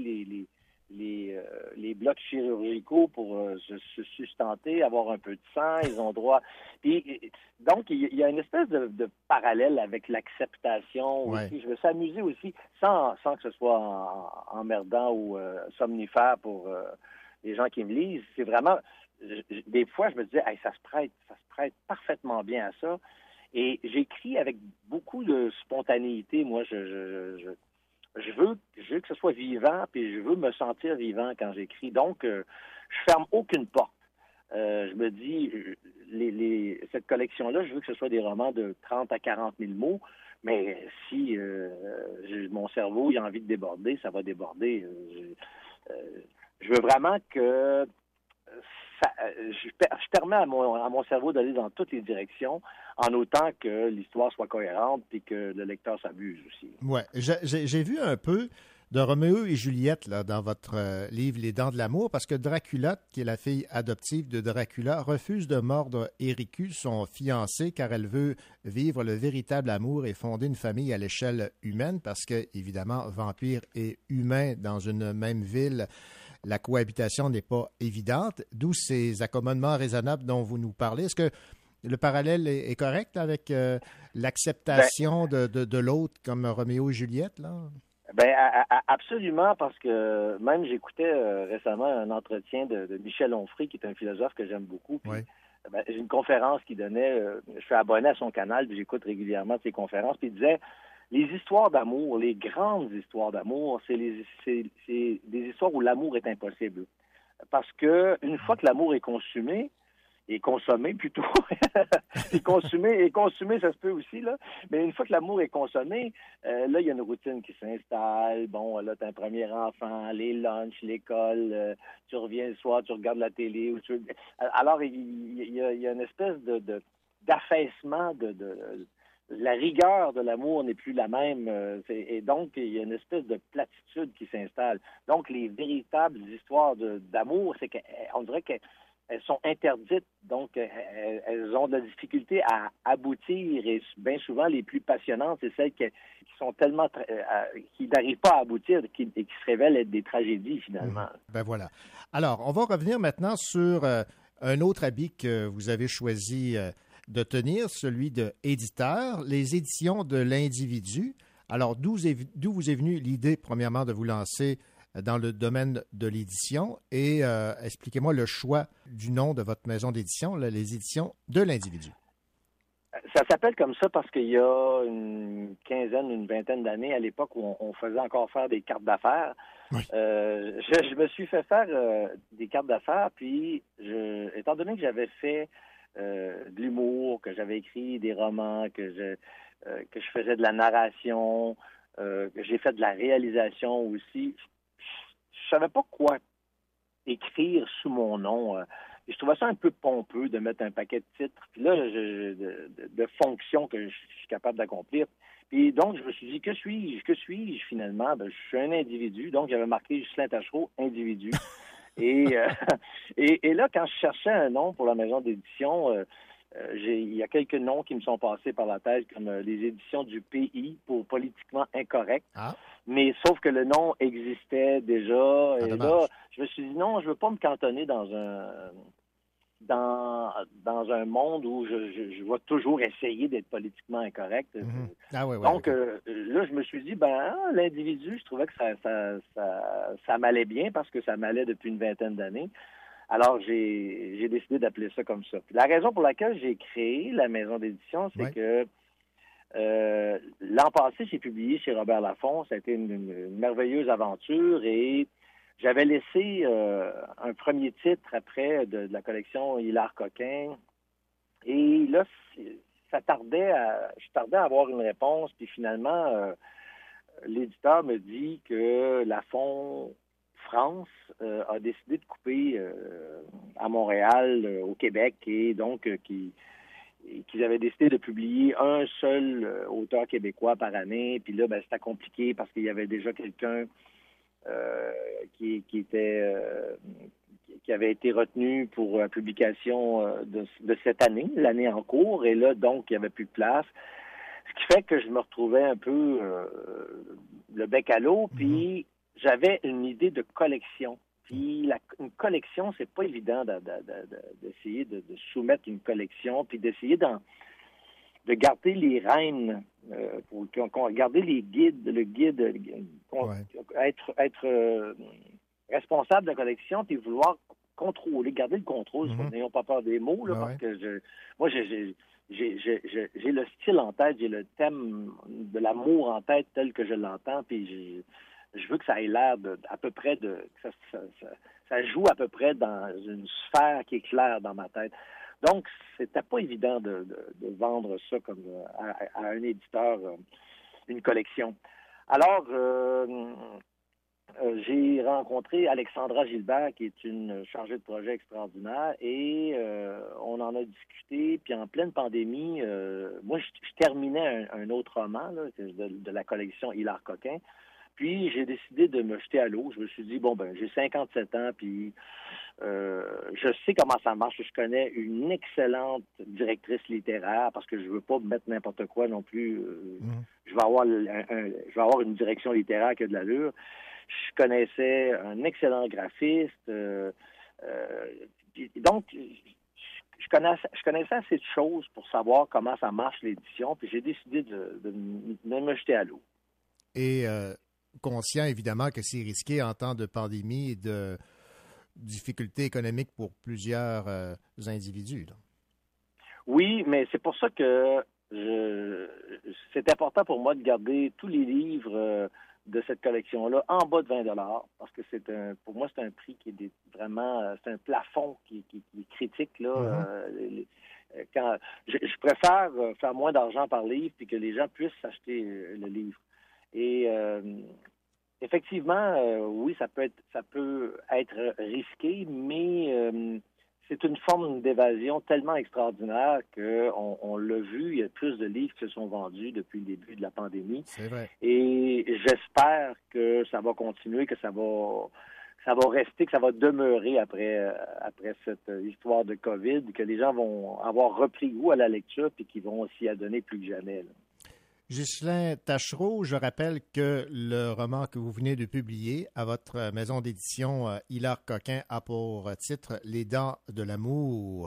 les blocs chirurgicaux pour se sustenter, avoir un peu de sang. Ils ont droit. Puis, donc, il y a une espèce de parallèle avec l'acceptation aussi. Je veux s'amuser aussi sans que ce soit emmerdant ou somnifère pour les gens qui me lisent. C'est vraiment... Des fois, je me disais, hey, ça se prête parfaitement bien à ça. Et j'écris avec beaucoup de spontanéité. Moi, je veux que ce soit vivant, puis je veux me sentir vivant quand j'écris. Donc, je ferme aucune porte. Je me dis, cette collection-là, je veux que ce soit des romans de 30 à 40 000 mots, mais si mon cerveau il a envie de déborder, ça va déborder. Je veux vraiment que je permets à mon cerveau d'aller dans toutes les directions, en autant que l'histoire soit cohérente et que le lecteur s'amuse aussi. Oui, j'ai vu un peu de Roméo et Juliette là, dans votre livre Les Dents de l'amour, parce que Dracula, qui est la fille adoptive de Dracula, refuse de mordre Éricu, son fiancé, car elle veut vivre le véritable amour et fonder une famille à l'échelle humaine, parce que, évidemment, vampire et humain dans une même ville, la cohabitation n'est pas évidente, d'où ces accommodements raisonnables dont vous nous parlez. Est-ce que le parallèle est correct avec l'acceptation de l'autre comme Roméo et Juliette, là? Absolument, parce que même j'écoutais récemment un entretien de Michel Onfray, qui est un philosophe que j'aime beaucoup. Puis, j'ai une conférence qu'il donnait, je suis abonné à son canal, puis j'écoute régulièrement ses conférences, puis il disait... Les histoires d'amour, les grandes histoires d'amour, c'est des histoires où l'amour est impossible. Parce que une fois que l'amour est consommé, plutôt, consumé, ça se peut aussi, là. Mais une fois que l'amour est consommé, là, il y a une routine qui s'installe. Bon, là, t'as un premier enfant, les lunchs, l'école, tu reviens le soir, tu regardes la télé. Alors, il y a une espèce d'affaissement la rigueur de l'amour n'est plus la même, et donc il y a une espèce de platitude qui s'installe. Donc les véritables histoires d'amour, c'est qu'on dirait qu'elles sont interdites, donc elles ont de la difficulté à aboutir, et bien souvent les plus passionnantes, c'est celles qui sont tellement qui n'arrivent pas à aboutir et qui se révèlent être des tragédies finalement. Ben voilà. Alors, on va revenir maintenant sur un autre habit que vous avez choisi de tenir, celui de éditeur, les éditions de l'Individu. Alors, d'où vous est venue l'idée, premièrement, de vous lancer dans le domaine de l'édition, et expliquez-moi le choix du nom de votre maison d'édition, les éditions de l'Individu. Ça s'appelle comme ça parce qu'il y a une vingtaine d'années, à l'époque où on faisait encore faire des cartes d'affaires, je me suis fait faire des cartes d'affaires, puis étant donné que j'avais fait de l'humour, que j'avais écrit des romans, que je faisais de la narration, que j'ai fait de la réalisation aussi. Je savais pas quoi écrire sous mon nom. Je trouvais ça un peu pompeux de mettre un paquet de titres, puis là, de fonctions que je suis capable d'accomplir. Puis donc, je me suis dit, que suis-je finalement? Je suis un individu, donc j'avais marqué Ghislain Tachereau, individu. Et là, quand je cherchais un nom pour la maison d'édition, il y a quelques noms qui me sont passés par la tête, comme les éditions du pays pour Politiquement Incorrect. Mais sauf que le nom existait déjà. Et là, je me suis dit, non, je veux pas me cantonner dans dans un monde où je vais toujours essayer d'être politiquement incorrect. Ah, ouais, Donc, là, je me suis dit, l'individu, je trouvais que ça m'allait bien parce que ça m'allait depuis une vingtaine d'années. Alors, j'ai décidé d'appeler ça comme ça. Puis la raison pour laquelle j'ai créé la maison d'édition, c'est que l'an passé, j'ai publié chez Robert Laffont. Ça a été une merveilleuse aventure et j'avais laissé un premier titre après de la collection Hilaire Coquin. Et là, je tardais à avoir une réponse. Puis finalement, l'éditeur me dit que Laffont France a décidé de couper à Montréal, au Québec, et donc qu'ils avaient décidé de publier un seul auteur québécois par année. Puis là, c'était compliqué parce qu'il y avait déjà quelqu'un qui avait été retenu pour la publication de cette année, l'année en cours, et là, donc, il n'y avait plus de place. Ce qui fait que je me retrouvais un peu le bec à l'eau, puis j'avais une idée de collection. Puis une collection, c'est pas évident d'essayer de soumettre une collection, puis d'essayer de garder les rênes, pour garder les guides, être responsable de la collection, puis vouloir contrôler, garder le contrôle. N'ayons pas peur des mots, là, parce que j'ai le style en tête, j'ai le thème de l'amour en tête tel que je l'entends, puis je veux que ça ait l'air à peu près ça joue à peu près dans une sphère qui est claire dans ma tête. Donc, c'était pas évident de vendre ça comme à un éditeur, une collection. Alors, j'ai rencontré Alexandra Gilbert, qui est une chargée de projet extraordinaire, et on en a discuté. Puis en pleine pandémie, moi, je terminais un autre roman là, de la collection Hilaire Coquin. Puis j'ai décidé de me jeter à l'eau. Je me suis dit, j'ai 57 ans, puis je sais comment ça marche. Je connais une excellente directrice littéraire, parce que je veux pas mettre n'importe quoi non plus. Je vais avoir une direction littéraire qui a de l'allure. Je connaissais un excellent graphiste. Donc, je connaissais assez de choses pour savoir comment ça marche l'édition, puis j'ai décidé de me jeter à l'eau. Et conscient, évidemment, que c'est risqué en temps de pandémie et de difficultés économiques pour plusieurs individus. Là. Oui, mais c'est pour ça que c'est important pour moi de garder tous les livres de cette collection-là en bas de 20 $, parce que pour moi, c'est un prix qui est vraiment... c'est un plafond qui est critique, là. Quand je préfère faire moins d'argent par livre puis que les gens puissent s'acheter le livre. Et effectivement, oui, ça peut être risqué, mais c'est une forme d'évasion tellement extraordinaire qu'on l'a vu, il y a plus de livres qui se sont vendus depuis le début de la pandémie. C'est vrai. Et j'espère que ça va continuer, que ça va rester, que ça va demeurer après cette histoire de COVID, que les gens vont avoir repris goût à la lecture et qu'ils vont s'y adonner plus que jamais, là. Ghislain Taschereau, je rappelle que le roman que vous venez de publier à votre maison d'édition Hilaire Coquin a pour titre « Les dents de l'amour ».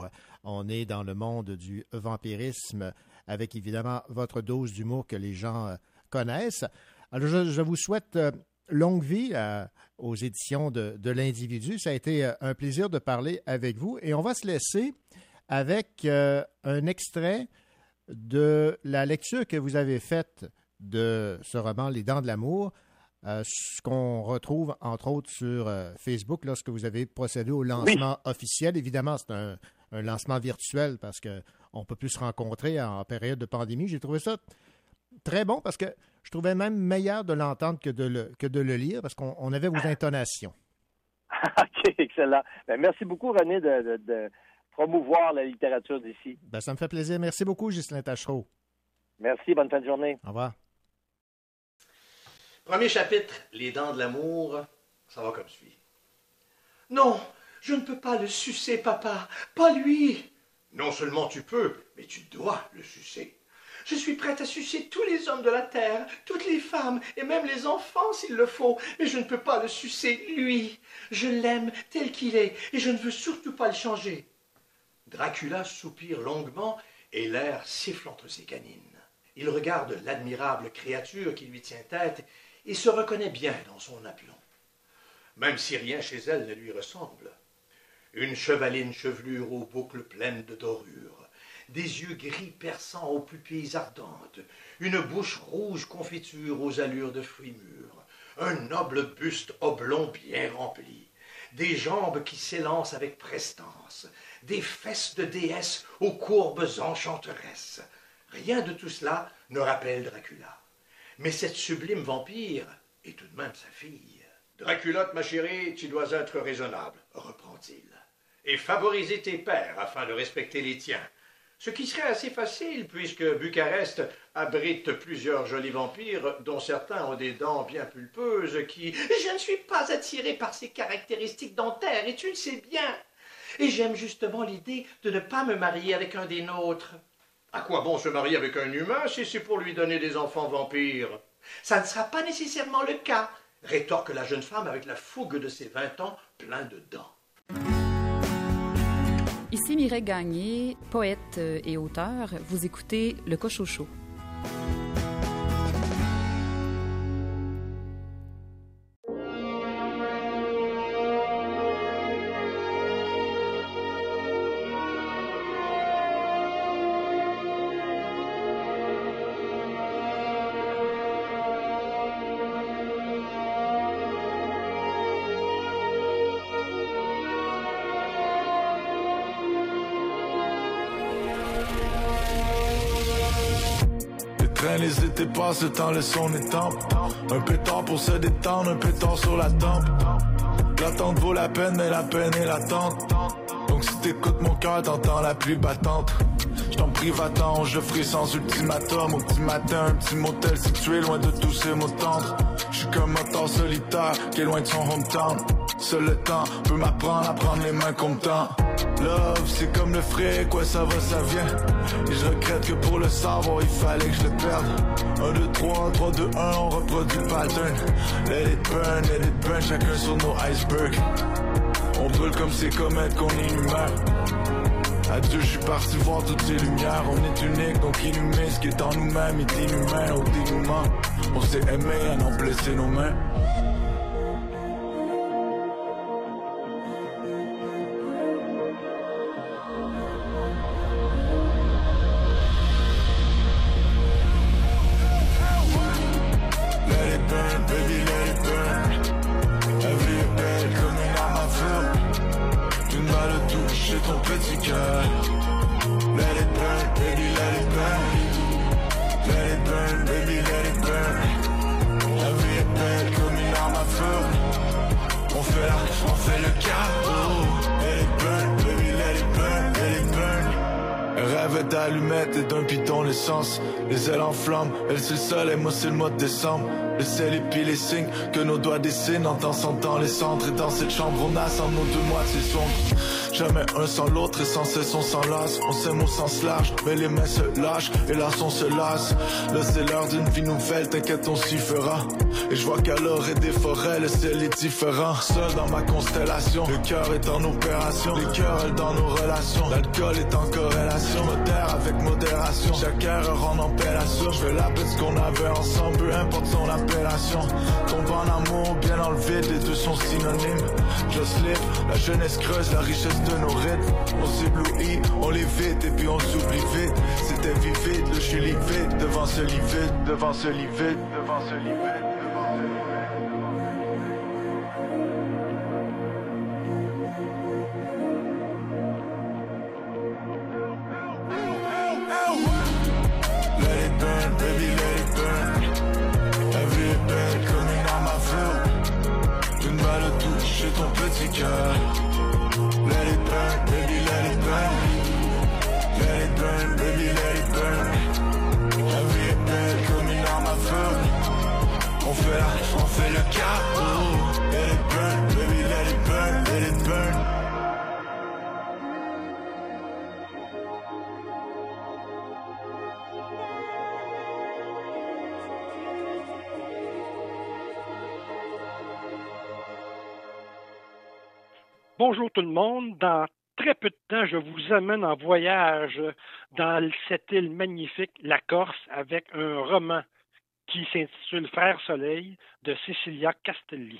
On est dans le monde du vampirisme avec évidemment votre dose d'humour que les gens connaissent. Alors, je vous souhaite longue vie aux éditions de l'Individu. Ça a été un plaisir de parler avec vous et on va se laisser avec un extrait de la lecture que vous avez faite de ce roman « Les dents de l'amour », ce qu'on retrouve entre autres sur Facebook lorsque vous avez procédé au lancement officiel. Évidemment, c'est un lancement virtuel parce qu'on ne peut plus se rencontrer en période de pandémie. J'ai trouvé ça très bon parce que je trouvais même meilleur de l'entendre que de le lire parce qu'on avait vos intonations. OK, excellent. Bien, merci beaucoup, René, de promouvoir la littérature d'ici. Ben, ça me fait plaisir. Merci beaucoup, Ghislain Taschereau. Merci, bonne fin de journée. Au revoir. Premier chapitre, Les dents de l'amour, ça va comme suit. Non, je ne peux pas le sucer, papa. Pas lui. Non seulement tu peux, mais tu dois le sucer. Je suis prête à sucer tous les hommes de la terre, toutes les femmes et même les enfants s'il le faut, mais je ne peux pas le sucer, lui. Je l'aime tel qu'il est et je ne veux surtout pas le changer. Dracula soupire longuement et l'air siffle entre ses canines. Il regarde l'admirable créature qui lui tient tête et se reconnaît bien dans son aplomb, même si rien chez elle ne lui ressemble. Une chevaline chevelure aux boucles pleines de dorures, des yeux gris perçants aux pupilles ardentes, une bouche rouge confiture aux allures de fruits mûrs, un noble buste oblong bien rempli, des jambes qui s'élancent avec prestance, des fesses de déesse aux courbes enchanteresses. Rien de tout cela ne rappelle Dracula. Mais cette sublime vampire est tout de même sa fille. Draculotte, ma chérie, tu dois être raisonnable, reprend-il, et favoriser tes pairs afin de respecter les tiens. Ce qui serait assez facile puisque Bucarest abrite plusieurs jolis vampires dont certains ont des dents bien pulpeuses qui... Je ne suis pas attiré par ces caractéristiques dentaires et tu le sais bien. Et j'aime justement l'idée de ne pas me marier avec un des nôtres. À quoi bon se marier avec un humain si c'est pour lui donner des enfants vampires? Ça ne sera pas nécessairement le cas, rétorque la jeune femme avec la fougue de ses 20 ans plein de dents. Ici Mireille Gagné, poète et auteur. Vous écoutez Le Cochocho. Les étés passent, le temps laisse son étampe. Un pétard pour se détendre, un pétard sur la tempe. L'attente vaut la peine, mais la peine est latente. Donc si t'écoutes mon cœur, t'entends la pluie battante. J't'en prie, va-t'en, je ferai sans ultimatum. Au petit matin, un petit motel situé loin de tous ces mots tendres. J'suis comme un motard solitaire qui est loin de son hometown. Seul le temps peut m'apprendre à prendre les mains comme temps. Love, c'est comme le fric, quoi ça va, ça vient. Et je regrette que pour le savoir, il fallait que je le perde. 1, 2, 3, 3, 2, 1, on reproduit le pattern. Let it burn, chacun sur nos icebergs. On brûle comme ces comètes qu'on inhumeur. Adieu, je suis parti voir toutes ces lumières. On est unique, donc inhumé, ce qui est en nous-mêmes est inhumain. Au dénouement, on s'est aimé à n'en blesser nos mains. Les ailes en flammes, elle c'est le soleil, moi c'est le mois de décembre. Le ciel et puis les signes que nos doigts dessinent en dansant dans les cendres. Et dans cette chambre on a sans nos deux moitiés sombres. Jamais un sans l'autre et sans cesse on s'enlace. On s'aime au sens large, mais les mains se lâchent et là on se lasse. Là c'est l'heure d'une vie nouvelle, t'inquiète on s'y fera. Et je vois qu'à l'orée des forêts, le ciel est différent. Seul dans ma constellation, le cœur est en opération. Les cœurs dans nos relations, l'alcool est en corrélation. Modère avec modération, chaque erreur en appellation. Je fais la paix ce qu'on avait ensemble, peu importe son appellation. Tombe en amour, bien dans le vide, les deux sont synonymes. Just live, la jeunesse creuse la richesse de nos rythmes. On s'éblouit, on l'évite et puis on s'oublie vite. C'était vivide, le je lis vite, devant ce lit vide, devant ce lit vide, devant ce lit vide. Ton petit cœur. Let it burn, baby, let it burn. Let it burn, baby, let it burn. La vie est belle comme une arme à feu. On fait le chaos. Let it burn, baby, let it burn, let it burn. Bonjour tout le monde. Dans très peu de temps, je vous amène en voyage dans cette île magnifique, la Corse, avec un roman qui s'intitule Frère Soleil de Cecilia Castelli.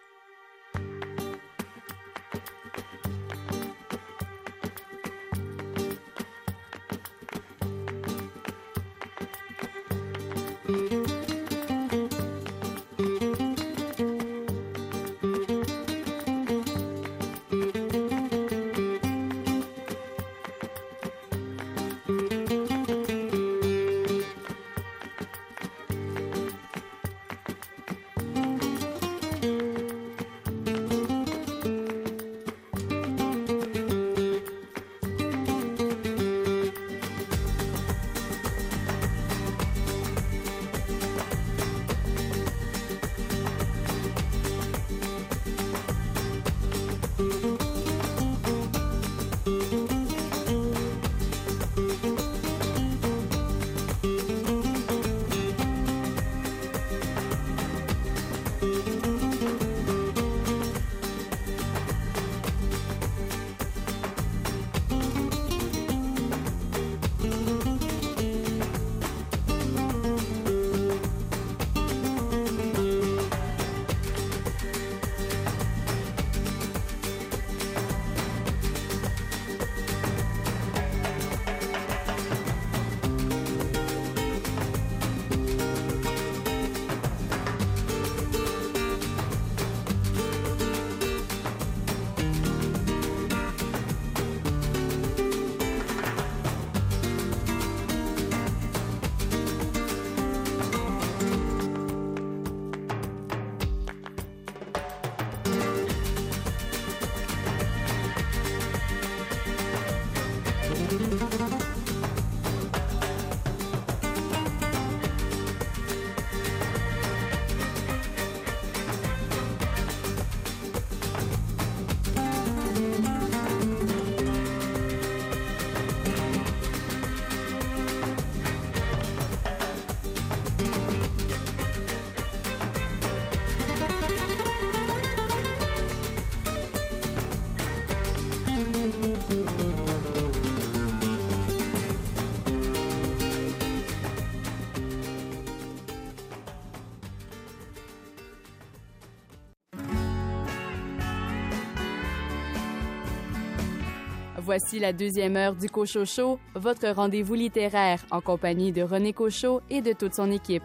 Voici la deuxième heure du Cochocho, votre rendez-vous littéraire en compagnie de René Cochot et de toute son équipe.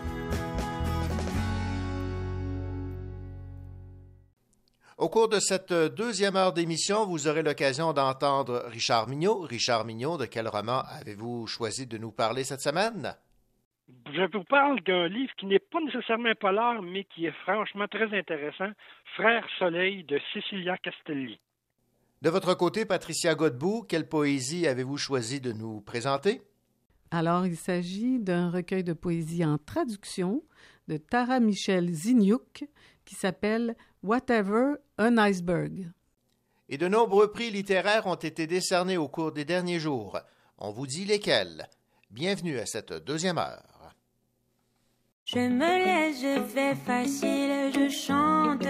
Au cours de cette deuxième heure d'émission, vous aurez l'occasion d'entendre Richard Mignot. Richard Mignot, de quel roman avez-vous choisi de nous parler cette semaine? Je vous parle d'un livre qui n'est pas nécessairement polar, mais qui est franchement très intéressant, Frère Soleil de Cecilia Castelli. De votre côté, Patricia Godbout, quelle poésie avez-vous choisi de nous présenter? Alors, il s'agit d'un recueil de poésie en traduction de Tara Michelle Ziniuk qui s'appelle « Whatever, an Iceberg ». Et de nombreux prix littéraires ont été décernés au cours des derniers jours. On vous dit lesquels. Bienvenue à cette deuxième heure. Je me laisse, je fais facile, je chante.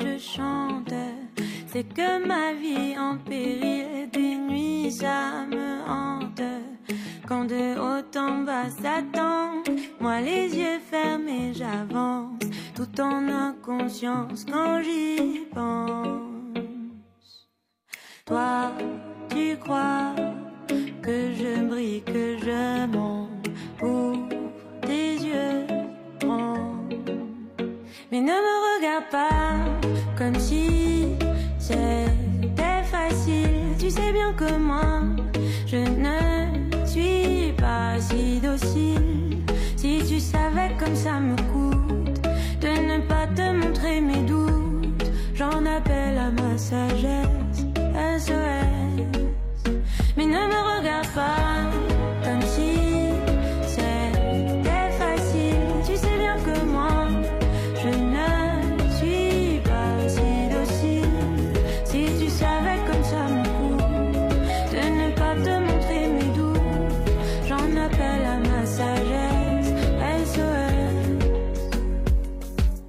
C'est que ma vie en péril, des nuits ça me hante. Quand de haut en bas s'attend, moi les yeux fermés j'avance, tout en inconscience quand j'y pense. Toi, tu crois que je brille, que je monte pour tes yeux ronds. Mais ne me regarde pas comme si c'était facile. Tu sais bien que moi, je ne suis pas si docile. Si tu savais comme ça me coûte de ne pas te montrer mes doutes, j'en appelle à ma sagesse, SOS. Mais ne me regarde pas comme si c'était facile. Tu sais bien que moi, je ne suis pas si docile. Si tu savais comme ça me coûte de ne pas te montrer mes doutes, j'en appelle à ma sagesse, SOS.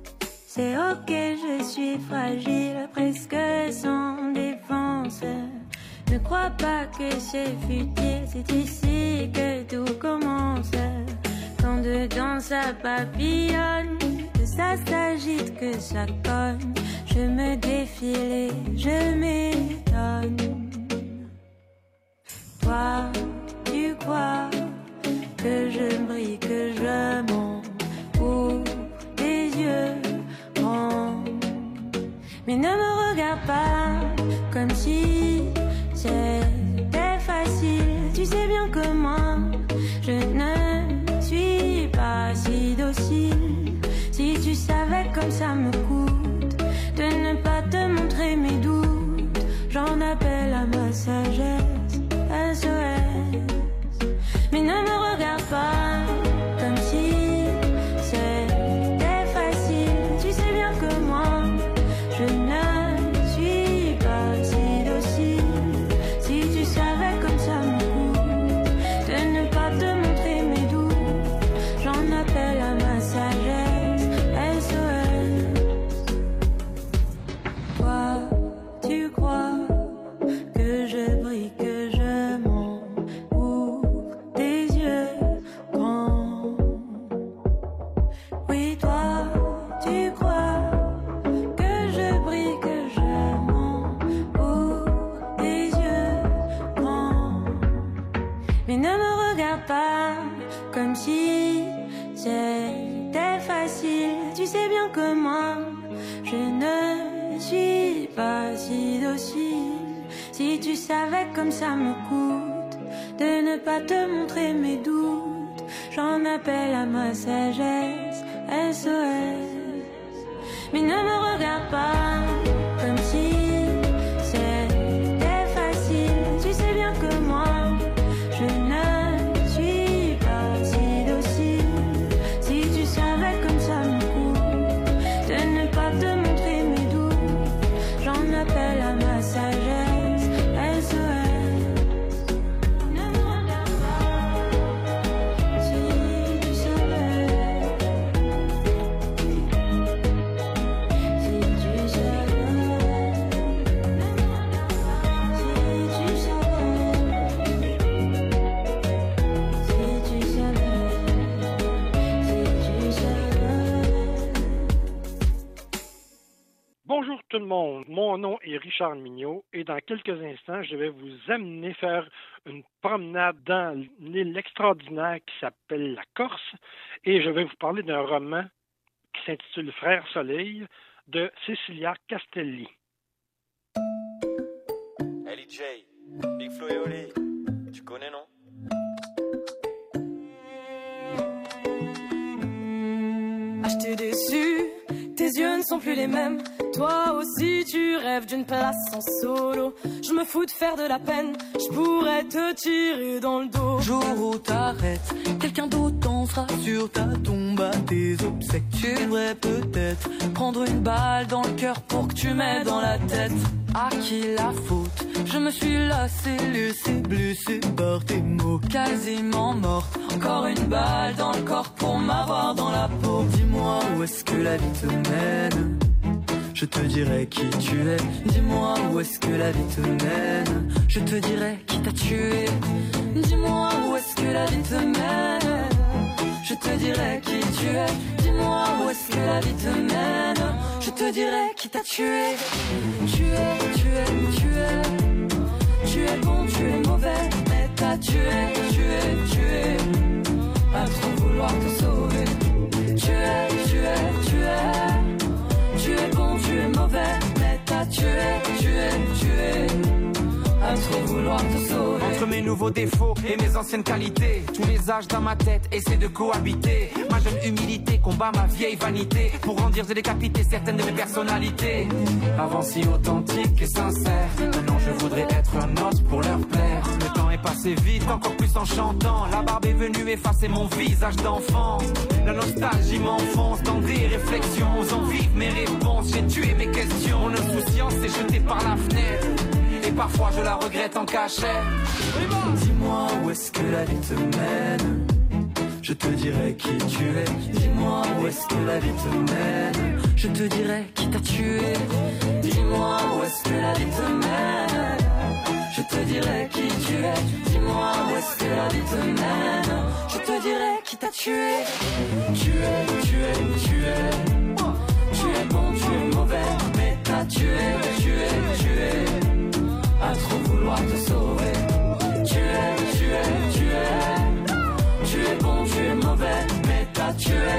C'est ok, je suis fragile, presque sans défense. pas que c'est futile, c'est ici que tout commence. Quand dedans ça papillonne, que ça s'agite, que ça cogne, je me défile et je m'étonne. Toi, tu crois que je brille, que je monte, ouvre tes yeux grands. Mais ne me regarde pas comme si c'était facile. Tu sais bien que moi, je ne suis pas si docile. Si tu savais comme ça me coûte de ne pas te montrer mes doutes, j'en appelle à ma sagesse, SOS. Mais ne me regarde pas comme si c'était facile. Tu sais bien que moi, je ne suis pas si docile. Si tu savais comme ça me coûte de ne pas te montrer mes doutes, j'en appelle à ma sagesse, SOS. Toi, tu crois que je brille, que je monte, ouvre tes yeux grands. Oui, toi, tu crois que je brille, que je monte, ouvre tes yeux grands. Mais ne me regarde pas comme si c'était facile. Tu sais bien que moi, je ne suis pas si docile. Si tu savais comme ça me coûte de ne pas te montrer mes doutes, j'en appelle à ma sagesse, SOS. Mais ne me regarde pas comme si c'était facile. Tu sais bien que moi, je ne suis pas si docile. Si tu savais comme ça me coûte de ne pas te montrer mes doutes, j'en appelle à ma sagesse. Bonjour tout le monde, mon nom est Richard Mignot et dans quelques instants, je vais vous amener faire une promenade dans l'île extraordinaire qui s'appelle la Corse et je vais vous parler d'un roman qui s'intitule Frère Soleil de Cecilia Castelli. Ellie J, Big Flo et Oli, tu connais non? Ah, je t'ai déçu, tes yeux ne sont plus les mêmes. Toi aussi tu rêves d'une place en solo. Je me fous de faire de la peine, je pourrais te tirer dans le dos. Jour où t'arrêtes, quelqu'un d'autre dansera sur ta tombe à tes obsèques. Tu devrais peut-être prendre une balle dans le cœur pour que tu m'aides dans la tête. À qui la faute? Je me suis lassé, laissé blessé par tes mots. Quasiment morte, encore une balle dans le corps pour m'avoir dans la peau. Dis-moi où est-ce que la vie te mène, je te dirai qui tu es. Dis-moi où est-ce que la vie te mène, je te dirai qui t'a tué. Dis-moi où est-ce que la vie te mène, je te dirai qui tu es. Dis-moi où est-ce que la vie te mène, je te dirai qui t'a tué. Tu es bon, tu es mauvais, mais t'as tué, à trop vouloir te sauver. Tu es bon, tu es mauvais, mais t'as tué, à trop vouloir te sauver. Entre mes nouveaux défauts et mes anciennes qualités, tous les âges dans ma tête essaient de cohabiter. Ma jeune humilité combat ma vieille vanité pour rendir et décapiter certaines de mes personnalités. Avant si authentique et sincère, maintenant je voudrais être un autre pour leur plaire. Le temps est passé vite, encore plus en chantant. La barbe est venue effacer mon visage d'enfant. La nostalgie m'enfonce dans des réflexions. Osant vivre mes réponses, j'ai tué mes questions. Mon insouciance s'est jetée par la fenêtre et parfois je la regrette en cachette. Dis-moi où est-ce que la vie te mène, je te dirai qui tu es. Dis-moi où est-ce que la vie te mène, je te dirai qui t'a tué. Dis-moi où est-ce que la vie te mène, je te dirai qui tu es. Dis-moi où est-ce que la vie te mène, je te dirai qui t'a tué. Tu es bon, tu es mauvais, mais t'as tué, à trop vouloir te sauver. Tu es bon, tu es mauvais, mais t'as tué,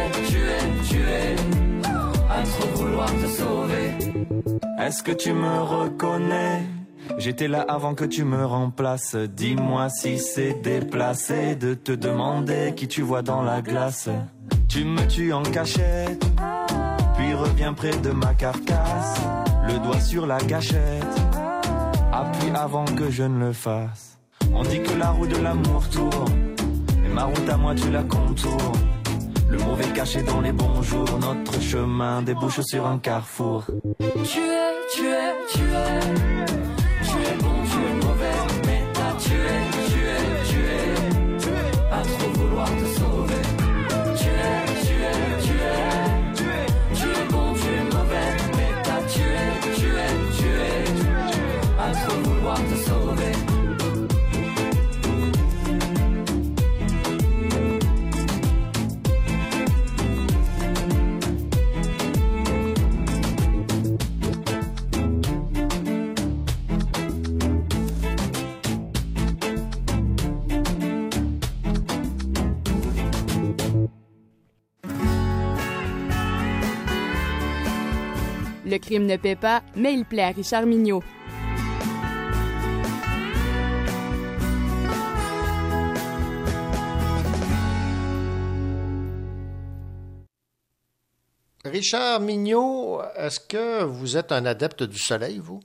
à trop vouloir te sauver. Est-ce que tu me reconnais? J'étais là avant que tu me remplaces. Dis-moi si c'est déplacé de te demander qui tu vois dans la glace. Tu me tues en cachette, puis reviens près de ma carcasse, le doigt sur la gâchette, appuie avant que je ne le fasse. On dit que la roue de l'amour tourne, mais ma route à moi tu la contournes. Le mauvais caché dans les bons jours, notre chemin débouche sur un carrefour. Tu es bon, tu es mauvais, mais t'as tué, à trop vouloir te sauver. Tu es bon, tu es mauvais, mais t'as tué, à trop vouloir te sauver. Le crime ne paie pas, mais il plaît à Richard Mignot. Richard Mignot, est-ce que vous êtes un adepte du soleil, vous?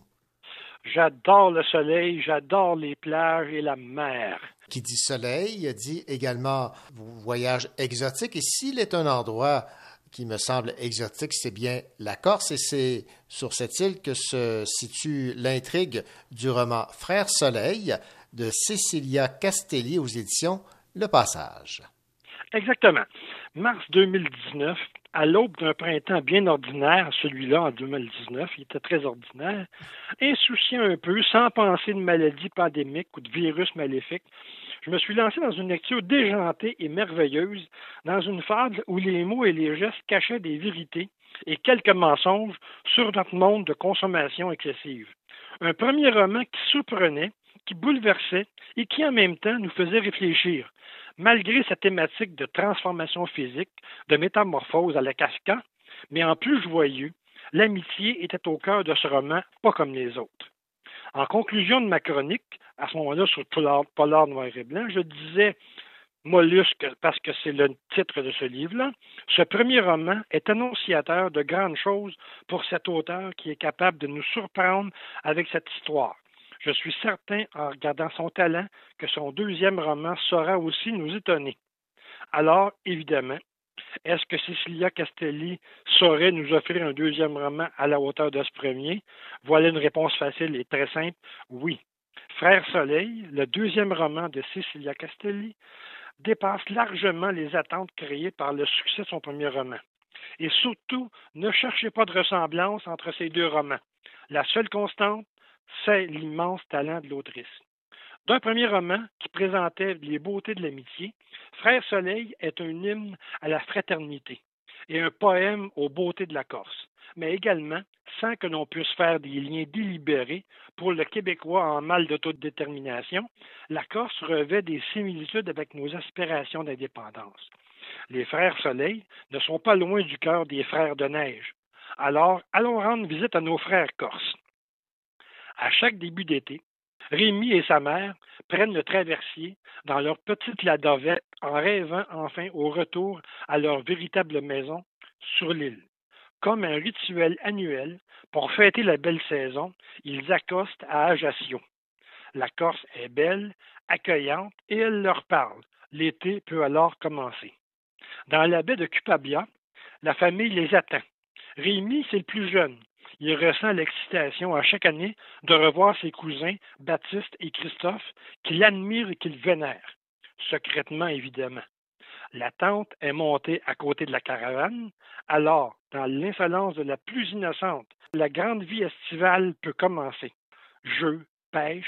J'adore le soleil, j'adore les plages et la mer. Qui dit soleil dit également voyage exotique. Et s'il est un endroit qui me semble exotique, c'est bien la Corse. Et c'est sur cette île que se situe l'intrigue du roman Frères Soleil de Cecilia Castelli aux éditions Le Passage. Exactement. Mars 2019, à l'aube d'un printemps bien ordinaire, celui-là en 2019, il était très ordinaire, insouciant un peu, sans penser de maladie pandémique ou de virus maléfique, je me suis lancé dans une lecture déjantée et merveilleuse, dans une fable où les mots et les gestes cachaient des vérités et quelques mensonges sur notre monde de consommation excessive. Un premier roman qui surprenait, qui bouleversait et qui en même temps nous faisait réfléchir. Malgré sa thématique de transformation physique, de métamorphose à la Kafka, mais en plus joyeux, l'amitié était au cœur de ce roman, pas comme les autres. En conclusion de ma chronique, à ce moment-là sur Polar noir et blanc, je disais mollusque parce que c'est le titre de ce livre-là. Ce premier roman est annonciateur de grandes choses pour cet auteur qui est capable de nous surprendre avec cette histoire. Je suis certain, en regardant son talent, que son deuxième roman saura aussi nous étonner. Alors, évidemment, est-ce que Cecilia Castelli saurait nous offrir un deuxième roman à la hauteur de ce premier? Voilà une réponse facile et très simple, oui. Frères Soleil, le deuxième roman de Cecilia Castelli, dépasse largement les attentes créées par le succès de son premier roman. Et surtout, ne cherchez pas de ressemblance entre ces deux romans. La seule constante, c'est l'immense talent de l'autrice. D'un premier roman qui présentait les beautés de l'amitié, Frères Soleil est un hymne à la fraternité et un poème aux beautés de la Corse, mais également sans que l'on puisse faire des liens délibérés pour le Québécois en mal d'autodétermination, la Corse revêt des similitudes avec nos aspirations d'indépendance. Les Frères Soleil ne sont pas loin du cœur des Frères de Neige. Alors, allons rendre visite à nos frères corses. À chaque début d'été, Rémi et sa mère prennent le traversier dans leur petite ladovette en rêvant enfin au retour à leur véritable maison sur l'île. Comme un rituel annuel, pour fêter la belle saison, ils accostent à Ajaccio. La Corse est belle, accueillante et elle leur parle. L'été peut alors commencer. Dans la baie de Cupabia, la famille les attend. Rémi, c'est le plus jeune. Il ressent l'excitation à chaque année de revoir ses cousins Baptiste et Christophe qu'il admire et qu'il vénère, secrètement évidemment. La tente est montée à côté de la caravane, alors, dans l'insolence de la plus innocente, la grande vie estivale peut commencer. Jeux, pêche,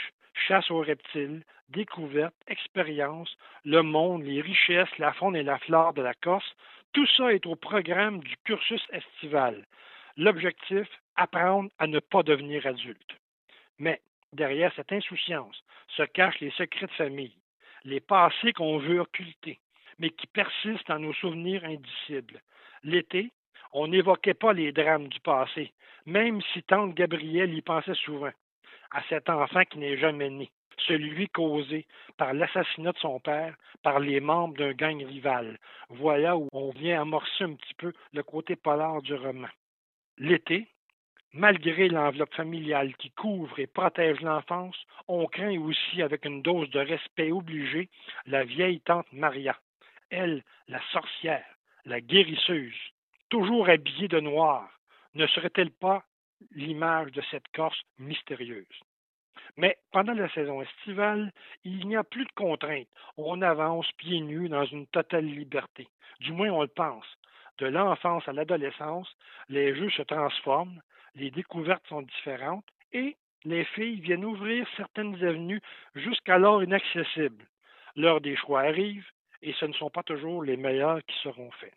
chasse aux reptiles, découvertes, expériences, le monde, les richesses, la faune et la flore de la Corse, tout ça est au programme du cursus estival. L'objectif, apprendre à ne pas devenir adulte. Mais derrière cette insouciance se cachent les secrets de famille, les passés qu'on veut occulter, mais qui persistent dans nos souvenirs indicibles. L'été, on n'évoquait pas les drames du passé, même si tante Gabrielle y pensait souvent, à cet enfant qui n'est jamais né, celui causé par l'assassinat de son père par les membres d'un gang rival. Voilà où on vient amorcer un petit peu le côté polar du roman. L'été, malgré l'enveloppe familiale qui couvre et protège l'enfance, on craint aussi avec une dose de respect obligé la vieille tante Maria, elle, la sorcière, la guérisseuse, toujours habillée de noir. Ne serait-elle pas l'image de cette Corse mystérieuse? Mais pendant la saison estivale, il n'y a plus de contraintes. On avance pieds nus dans une totale liberté. Du moins, on le pense. De l'enfance à l'adolescence, les jeux se transforment, les découvertes sont différentes et les filles viennent ouvrir certaines avenues jusqu'alors inaccessibles. L'heure des choix arrive et ce ne sont pas toujours les meilleurs qui seront faits.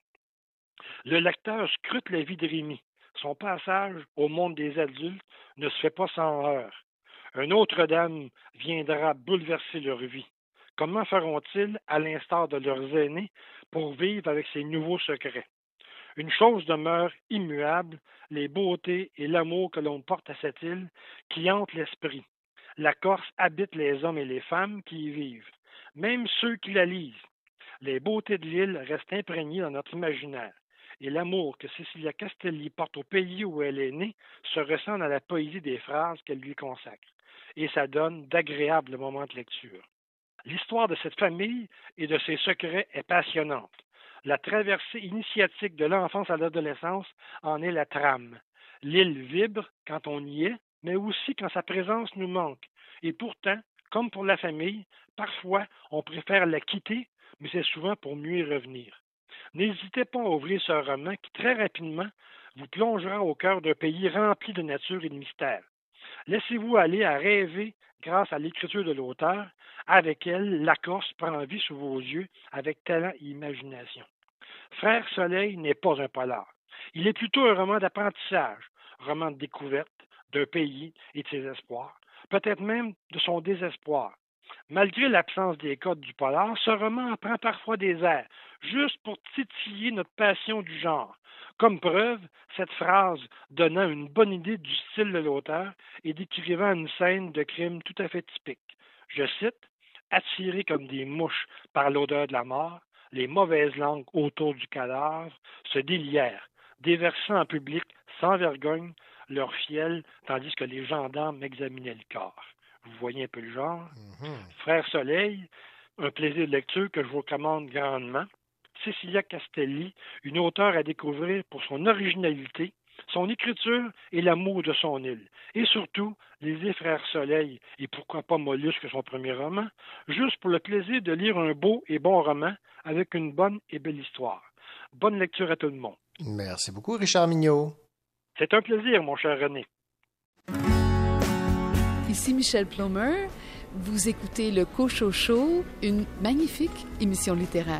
Le lecteur scrute la vie de Rémi. Son passage au monde des adultes ne se fait pas sans heurts. Un autre dame viendra bouleverser leur vie. Comment feront-ils, à l'instar de leurs aînés, pour vivre avec ces nouveaux secrets? Une chose demeure immuable, les beautés et l'amour que l'on porte à cette île qui hante l'esprit. La Corse habite les hommes et les femmes qui y vivent, même ceux qui la lisent. Les beautés de l'île restent imprégnées dans notre imaginaire, et l'amour que Cecilia Castelli porte au pays où elle est née se ressent dans la poésie des phrases qu'elle lui consacre, et ça donne d'agréables moments de lecture. L'histoire de cette famille et de ses secrets est passionnante. La traversée initiatique de l'enfance à l'adolescence en est la trame. L'île vibre quand on y est, mais aussi quand sa présence nous manque. Et pourtant, comme pour la famille, parfois on préfère la quitter, mais c'est souvent pour mieux y revenir. N'hésitez pas à ouvrir ce roman qui, très rapidement, vous plongera au cœur d'un pays rempli de nature et de mystère. Laissez-vous aller à rêver grâce à l'écriture de l'auteur. Avec elle, la Corse prend vie sous vos yeux avec talent et imagination. Frère Soleil n'est pas un polar. Il est plutôt un roman d'apprentissage, roman de découverte d'un pays et de ses espoirs, peut-être même de son désespoir. Malgré l'absence des codes du polar, ce roman prend parfois des airs, juste pour titiller notre passion du genre. Comme preuve, cette phrase donnant une bonne idée du style de l'auteur et décrivant une scène de crime tout à fait typique. Je cite, « Attirés comme des mouches par l'odeur de la mort, les mauvaises langues autour du cadavre se délièrent, déversant en public sans vergogne leur fiel, tandis que les gendarmes examinaient le corps. » Vous voyez un peu le genre. Frère Soleil, un plaisir de lecture que je vous recommande grandement. Cecilia Castelli, une auteure à découvrir pour son originalité, son écriture et l'amour de son île. Et surtout, lisez Frère Soleil et pourquoi pas Mollusque, son premier roman, juste pour le plaisir de lire un beau et bon roman avec une bonne et belle histoire. Bonne lecture à tout le monde. Merci beaucoup, Richard Mignot. C'est un plaisir, mon cher René. Ici Michel Plomer. Vous écoutez le Cochot Show, une magnifique émission littéraire.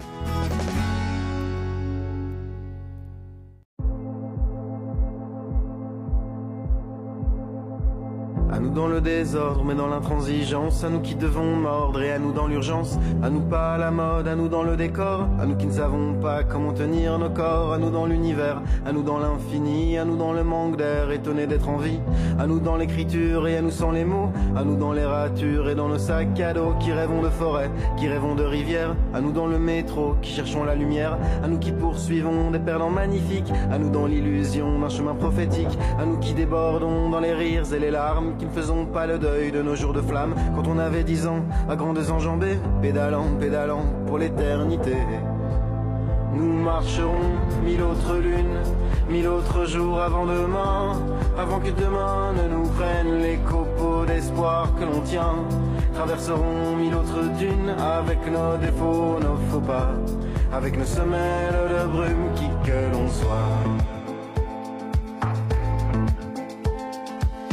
À nous dans le désordre, mais dans l'intransigeance, à nous qui devons mordre et à nous dans l'urgence, à nous pas à la mode, à nous dans le décor, à nous qui ne savons pas comment tenir nos corps, à nous dans l'univers, à nous dans l'infini, à nous dans le manque d'air, étonnés d'être en vie, à nous dans l'écriture et à nous sans les mots, à nous dans les ratures et dans nos sacs à dos, qui rêvons de forêt, qui rêvons de rivière, à nous dans le métro, qui cherchons la lumière, à nous qui poursuivons des perdants magnifiques, à nous dans l'illusion d'un chemin prophétique, à nous qui débordons dans les rires et les larmes, qui ne faisons pas le deuil de nos jours de flamme quand on avait 10 ans, à grandes enjambées, pédalant, pédalant pour l'éternité. Nous marcherons 1000 autres lunes, 1000 autres jours avant demain, avant que demain ne nous prenne les copeaux d'espoir que l'on tient. Traverserons 1000 autres dunes avec nos défauts, nos faux pas, avec nos semelles de brume qui que l'on soit. À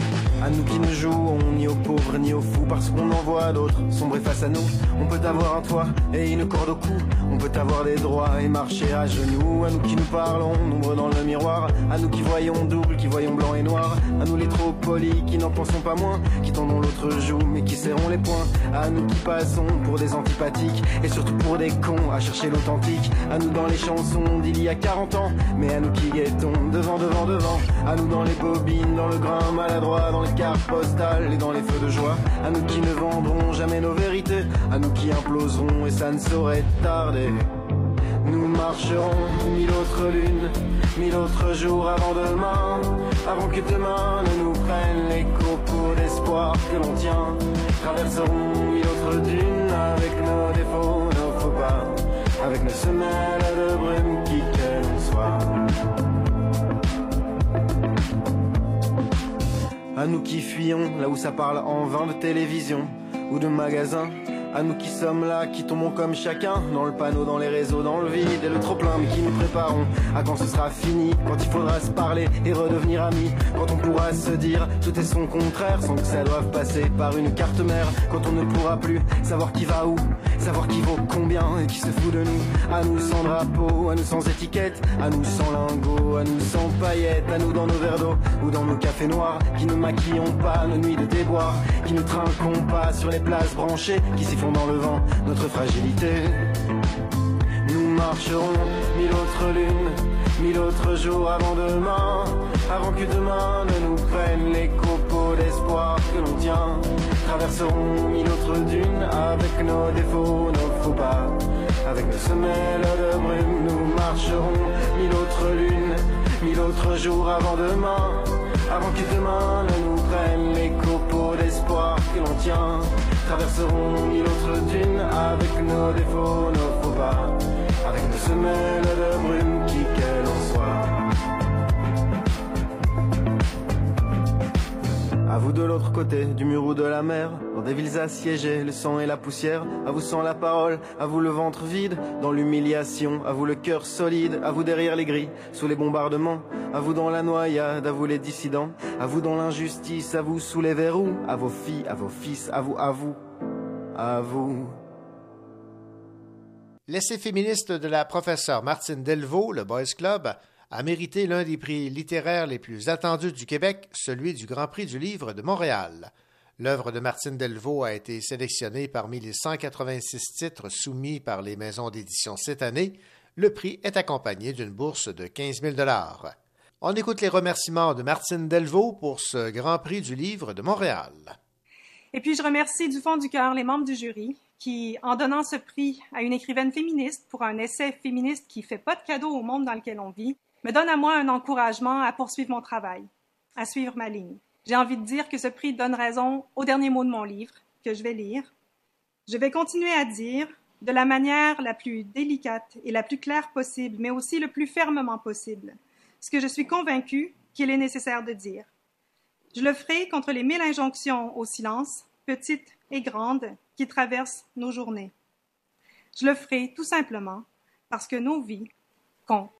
À nous qui ne jouons ni aux pauvres ni aux fous, parce qu'on en voit d'autres sombrer face à nous. On peut avoir un toit et une corde au cou, on peut avoir des droits et marcher à genoux. À nous qui nous parlons, nombreux dans le miroir, à nous qui voyons double, qui voyons blanc et noir, à nous les trop polis qui n'en pensons pas moins, qui tendons l'autre joue mais qui serrons les poings, à nous qui passons pour des antipathiques et surtout pour des cons à chercher l'authentique, à nous dans les chansons d'il y a 40 ans, mais à nous qui guettons devant, devant, devant, à nous dans les bobines, dans le grain maladroit, dans les cartes postales et dans les feux de joie, à nous qui ne vendrons jamais nos vérités, à nous qui imploserons et ça ne saurait tarder. Nous marcherons 1000 autres lunes, 1000 autres jours avant demain, avant que demain ne nous prenne les copeaux d'espoir que l'on tient. Traverserons 1000 autres dunes avec nos défauts, nos faux pas, avec nos semelles de brume qui que l'on soit. À nous qui fuyons là où ça parle en vain de télévision ou de magasins, à nous qui sommes là, qui tombons comme chacun dans le panneau, dans les réseaux, dans le vide et le trop-plein, mais qui nous préparons à quand ce sera fini, quand il faudra se parler et redevenir amis, quand on pourra se dire tout est son contraire sans que ça doive passer par une carte mère, quand on ne pourra plus savoir qui va où, savoir qui vaut combien et qui se fout de nous, à nous sans drapeau, à nous sans étiquette, à nous sans lingots, à nous sans paillettes, à nous dans nos verres d'eau ou dans nos cafés noirs, qui ne maquillons pas nos nuits de déboire, qui ne trinquons pas sur les places branchées, qui sifflons dans le vent notre fragilité. Nous marcherons 1000 autres lunes, 1000 autres jours avant demain, avant que demain ne nous prenne les copeaux d'espoir que l'on tient. Traverserons 1000 autres dunes avec nos défauts, nos faux pas, avec nos semelles de brume. Nous marcherons 1000 autres lunes, 1000 autres jours avant demain, avant que demain ne nous prenne les copeaux d'espoir que l'on tient. Traverserons 1000 autres dunes avec nos défauts, nos faux pas, avec nos semelles de brume qui que l'on soit. À vous de l'autre côté du mur ou de la mer, dans des villes assiégées, le sang et la poussière, à vous sans la parole, à vous le ventre vide, dans l'humiliation, à vous le cœur solide, à vous derrière les grilles, sous les bombardements, à vous dans la noyade, à vous les dissidents, à vous dans l'injustice, à vous sous les verrous, à vos filles, à vos fils, à vous, à vous, à vous. L'essai féministe de la professeure Martine Delvaux, le Boys Club, a mérité l'un des prix littéraires les plus attendus du Québec, celui du Grand Prix du Livre de Montréal. L'œuvre de Martine Delvaux a été sélectionnée parmi les 186 titres soumis par les maisons d'édition cette année. Le prix est accompagné d'une bourse de 15 000 $. On écoute les remerciements de Martine Delvaux pour ce Grand Prix du Livre de Montréal. Et puis, je remercie du fond du cœur les membres du jury qui, en donnant ce prix à une écrivaine féministe pour un essai féministe qui ne fait pas de cadeau au monde dans lequel on vit, me donne à moi un encouragement à poursuivre mon travail, à suivre ma ligne. J'ai envie de dire que ce prix donne raison au dernier mot de mon livre, que je vais lire. Je vais continuer à dire, de la manière la plus délicate et la plus claire possible, mais aussi le plus fermement possible, ce que je suis convaincue qu'il est nécessaire de dire. Je le ferai contre les 1000 injonctions au silence, petites et grandes, qui traversent nos journées. Je le ferai tout simplement parce que nos vies comptent.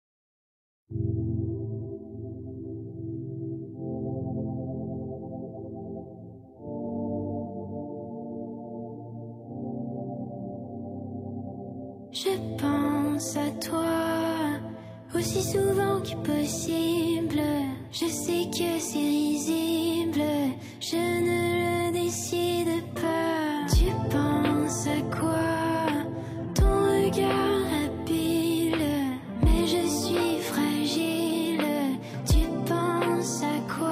Je pense à toi aussi souvent que possible. Je sais que c'est risible, je ne le décide pas. Tu penses à quoi? Ton regard habile, mais je suis fragile. Tu penses à quoi?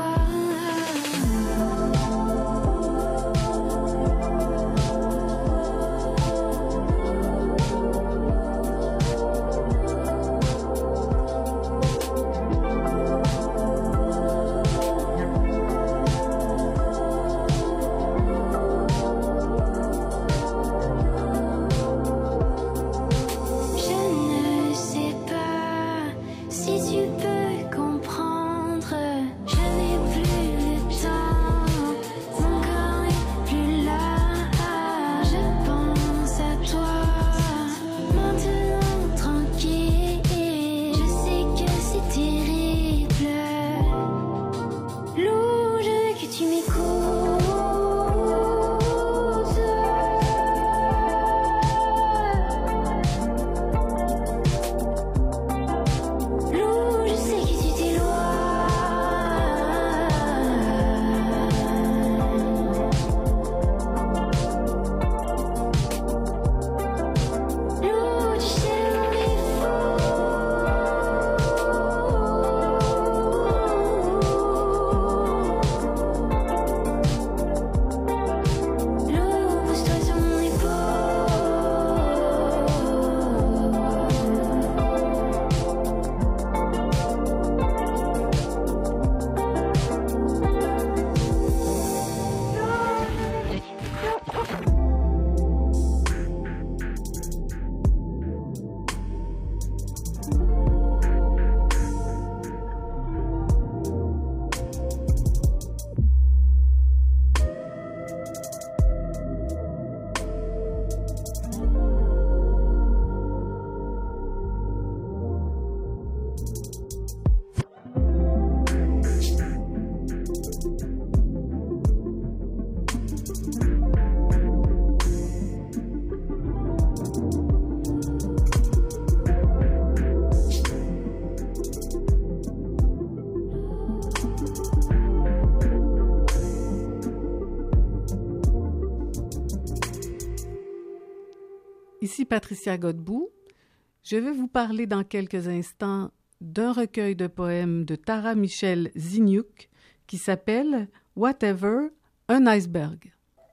Ici Patricia Godbout. Je vais vous parler dans quelques instants d'un recueil de poèmes de Tara Michelle Ziniuk qui s'appelle « Whatever, un iceberg ».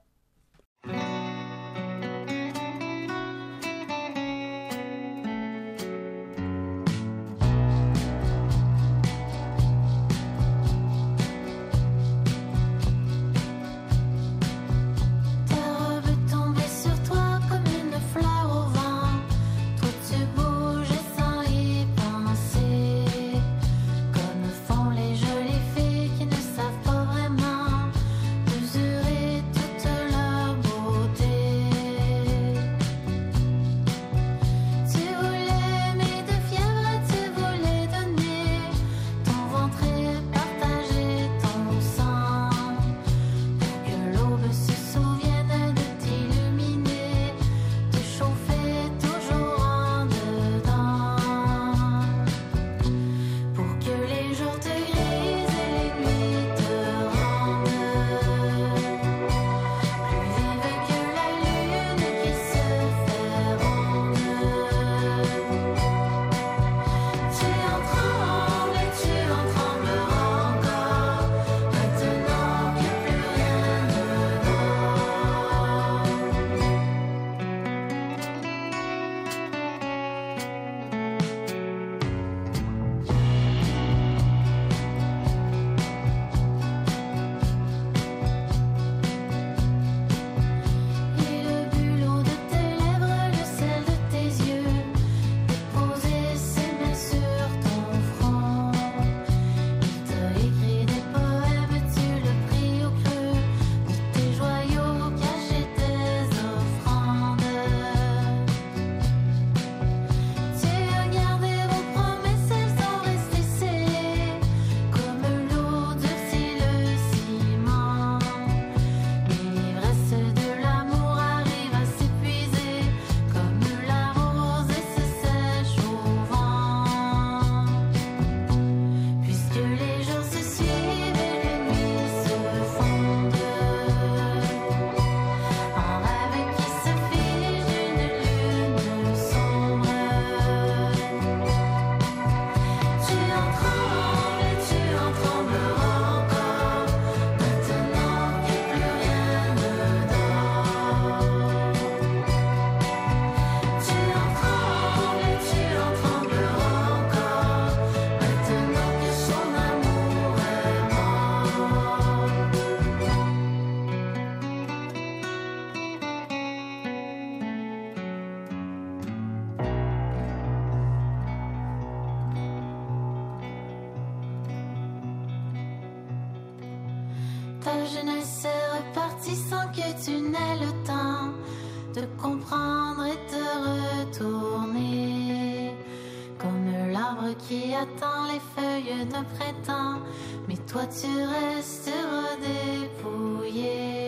Ta jeunesse est repartie sans que tu n'aies le temps de comprendre et de retourner. Comme l'arbre qui attend les feuilles d'un printemps, mais toi tu restes redépouillé.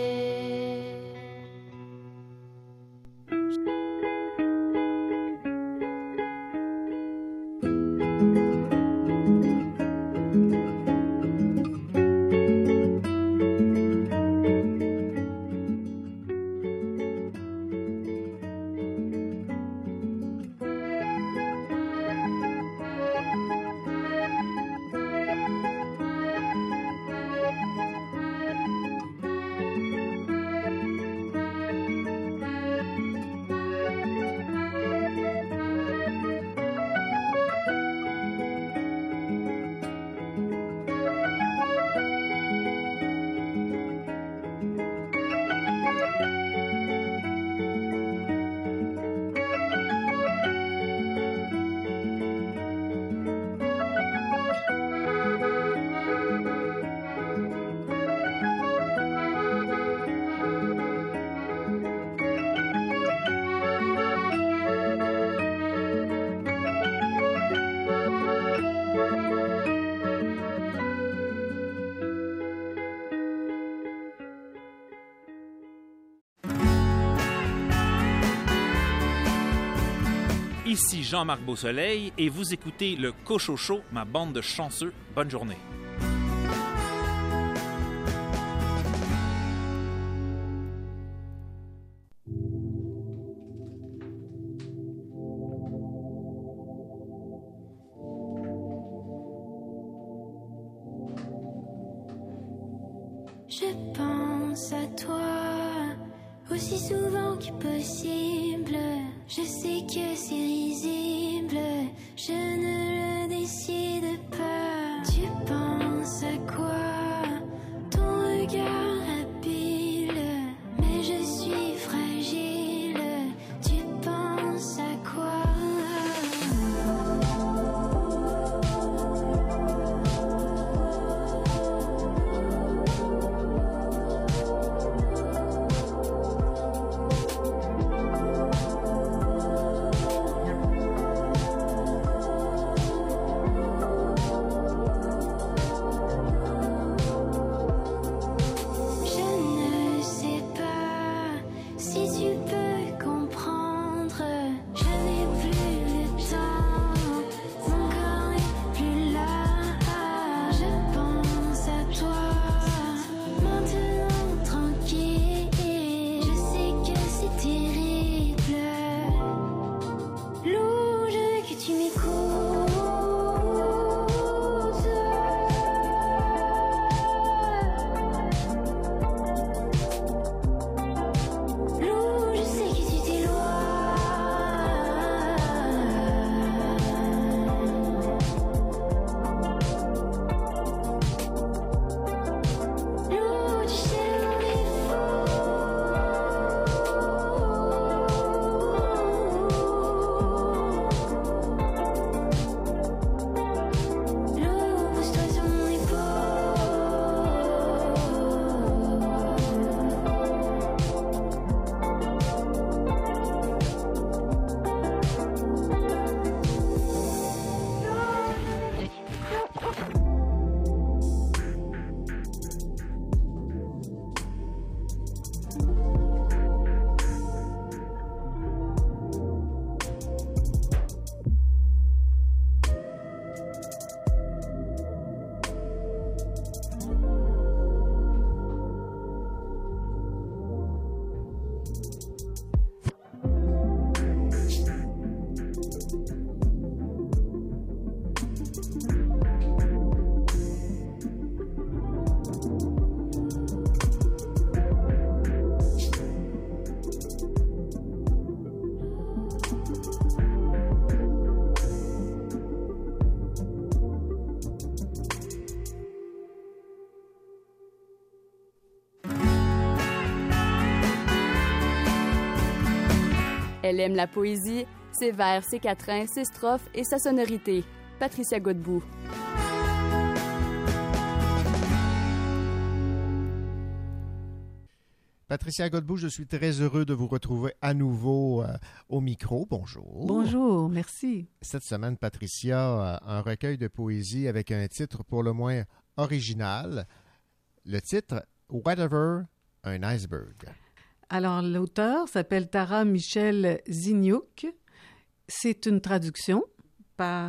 Ici Jean-Marc Beausoleil et vous écoutez le Cochocho, ma bande de chanceux. Bonne journée. Je pense à toi aussi souvent que possible. Je sais que c'est risible, je ne le décide pas. Tu penses à quoi? Ton regard habile, mais je suis fragile. Tu penses à quoi? Elle aime la poésie, ses vers, ses quatrains, ses strophes et sa sonorité. Patricia Godbout. Patricia Godbout, je suis très heureux de vous retrouver à nouveau au micro. Bonjour. Bonjour, merci. Cette semaine, Patricia, un recueil de poésie avec un titre pour le moins original. Le titre « Whatever, un iceberg ». Alors, l'auteur s'appelle Tara Michelle Ziniuk. C'est une traduction par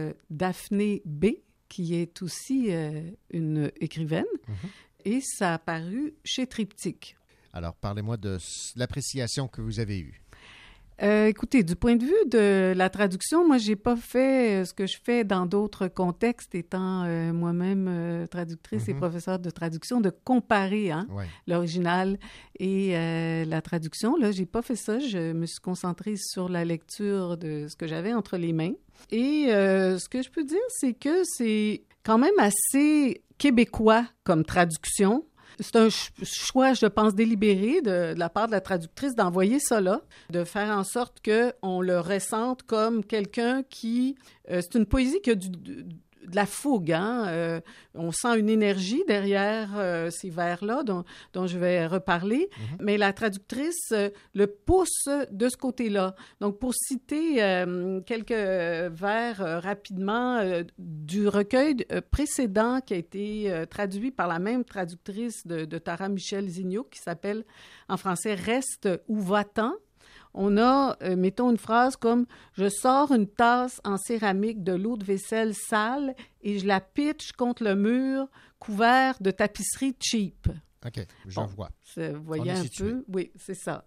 Daphné B., qui est aussi une écrivaine, et ça a paru chez Triptyque. Alors, parlez-moi de l'appréciation que vous avez eue. Écoutez, du point de vue de la traduction, moi, j'ai pas fait ce que je fais dans d'autres contextes, étant moi-même traductrice et professeure de traduction, de comparer l'original et la traduction. Là, j'ai pas fait ça. Je me suis concentrée sur la lecture de ce que j'avais entre les mains. Et ce que je peux dire, c'est que c'est quand même assez québécois comme traduction. C'est un choix, je pense, délibéré de la part de la traductrice d'envoyer ça là, de faire en sorte qu'on le ressente comme quelqu'un qui... c'est une poésie qui a de la fougue, hein? On sent une énergie derrière ces vers-là dont je vais reparler, mais la traductrice le pousse de ce côté-là. Donc, pour citer quelques vers rapidement du recueil précédent qui a été traduit par la même traductrice de Tara Michelle Ziniuk, qui s'appelle en français « Reste ou va-t'en ». On a, mettons, une phrase comme « Je sors une tasse en céramique de l'eau de vaisselle sale et je la pitche contre le mur couvert de tapisserie cheap. » OK, j'en vois. Vous voyez un peu? Oui, c'est ça.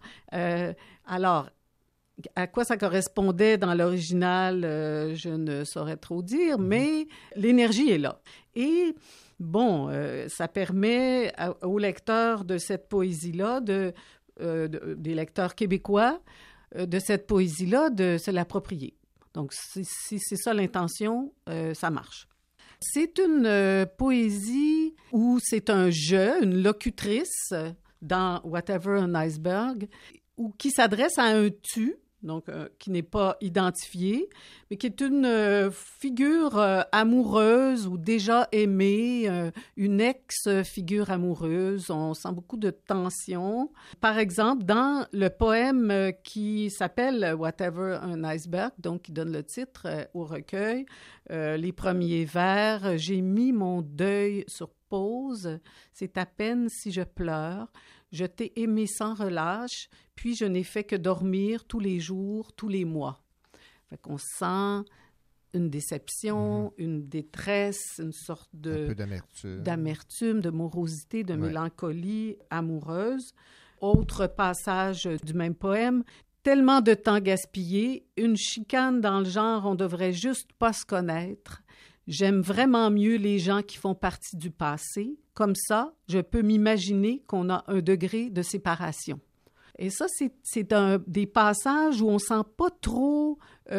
Alors, à quoi ça correspondait dans l'original, je ne saurais trop dire, mais l'énergie est là. Et bon, ça permet aux lecteurs de cette poésie-là, des lecteurs québécois, de cette poésie-là, de se l'approprier. Donc, si c'est ça l'intention, ça marche. C'est une poésie où c'est un je, une locutrice dans Whatever an Iceberg, ou qui s'adresse à un tu, donc qui n'est pas identifié, mais qui est une figure amoureuse ou déjà aimée, une ex-figure amoureuse. On sent beaucoup de tension. Par exemple, dans le poème qui s'appelle Whatever an Iceberg, donc qui donne le titre au recueil, les premiers vers, « J'ai mis mon deuil sur pause, c'est à peine si je pleure. Je t'ai aimé sans relâche, puis je n'ai fait que dormir tous les jours, tous les mois. » Fait qu'on sent une déception, une détresse, une sorte de... Un peu d'amertume. D'amertume, de morosité, de mélancolie amoureuse. Autre passage du même poème. Tellement de temps gaspillé, une chicane dans le genre, on devrait juste pas se connaître. J'aime vraiment mieux les gens qui font partie du passé. Comme ça, je peux m'imaginer qu'on a un degré de séparation. Et ça, c'est des passages où on sent pas trop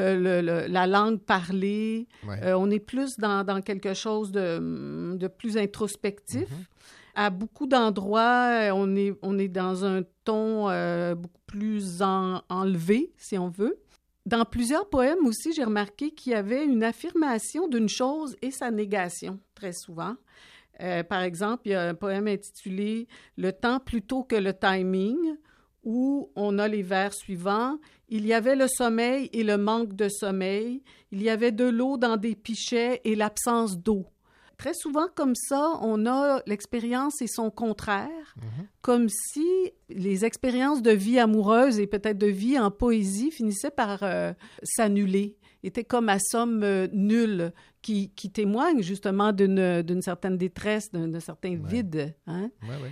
la langue parlée. Ouais. On est plus dans quelque chose de plus introspectif. À beaucoup d'endroits, on est dans un ton beaucoup plus enlevé, si on veut. Dans plusieurs poèmes aussi, j'ai remarqué qu'il y avait une affirmation d'une chose et sa négation, très souvent. Par exemple, il y a un poème intitulé « Le temps plutôt que le timing », où on a les vers suivants. « Il y avait le sommeil et le manque de sommeil. Il y avait de l'eau dans des pichets et l'absence d'eau. » Très souvent, comme ça, on a l'expérience et son contraire, comme si les expériences de vie amoureuse et peut-être de vie en poésie finissaient par s'annuler, étaient comme à somme nulle, qui témoignent justement d'une certaine détresse, d'un certain vide. Hein?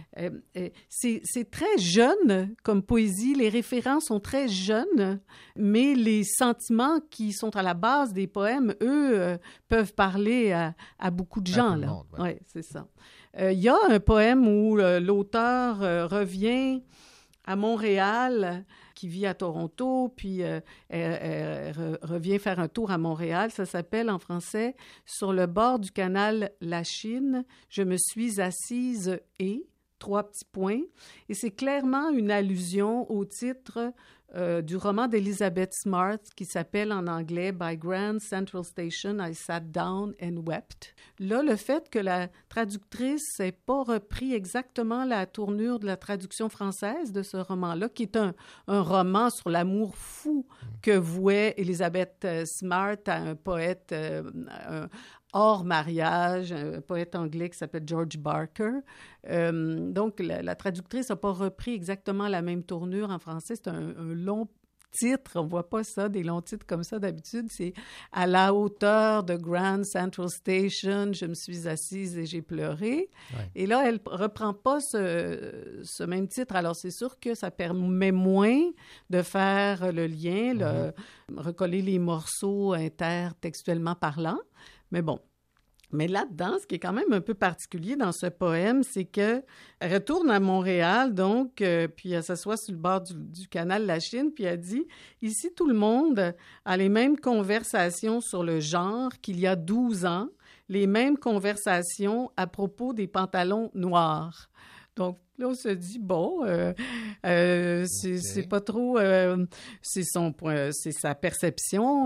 C'est très jeune comme poésie, les références sont très jeunes, mais les sentiments qui sont à la base des poèmes, eux, peuvent parler à beaucoup de gens. Là. Ouais, c'est ça. Il y a un poème où l'auteur revient à Montréal, qui vit à Toronto, puis elle revient faire un tour à Montréal. Ça s'appelle en français « Sur le bord du canal Lachine, je me suis assise et... » 3 petits points. Et c'est clairement une allusion au titre du roman d'Elizabeth Smart qui s'appelle en anglais « By Grand Central Station, I sat down and wept ». Là, le fait que la traductrice n'ait pas repris exactement la tournure de la traduction française de ce roman-là, qui est un roman sur l'amour fou que vouait Elizabeth Smart à un poète hors mariage, un poète anglais qui s'appelle George Barker. Donc, la traductrice n'a pas repris exactement la même tournure en français. C'est un long titre. On ne voit pas ça, des longs titres comme ça d'habitude. C'est « À la hauteur de Grand Central Station, je me suis assise et j'ai pleuré ». Et là, elle ne reprend pas ce même titre. Alors, c'est sûr que ça permet moins de faire le lien, recoller les morceaux intertextuellement parlant. Mais bon, mais là-dedans, ce qui est quand même un peu particulier dans ce poème, c'est qu'elle retourne à Montréal, donc, puis elle s'assoit sur le bord du canal Lachine, puis elle dit « Ici, tout le monde a les mêmes conversations sur le genre qu'il y a 12 ans, les mêmes conversations à propos des pantalons noirs. » Donc, là, on se dit, bon, c'est pas trop... c'est sa perception.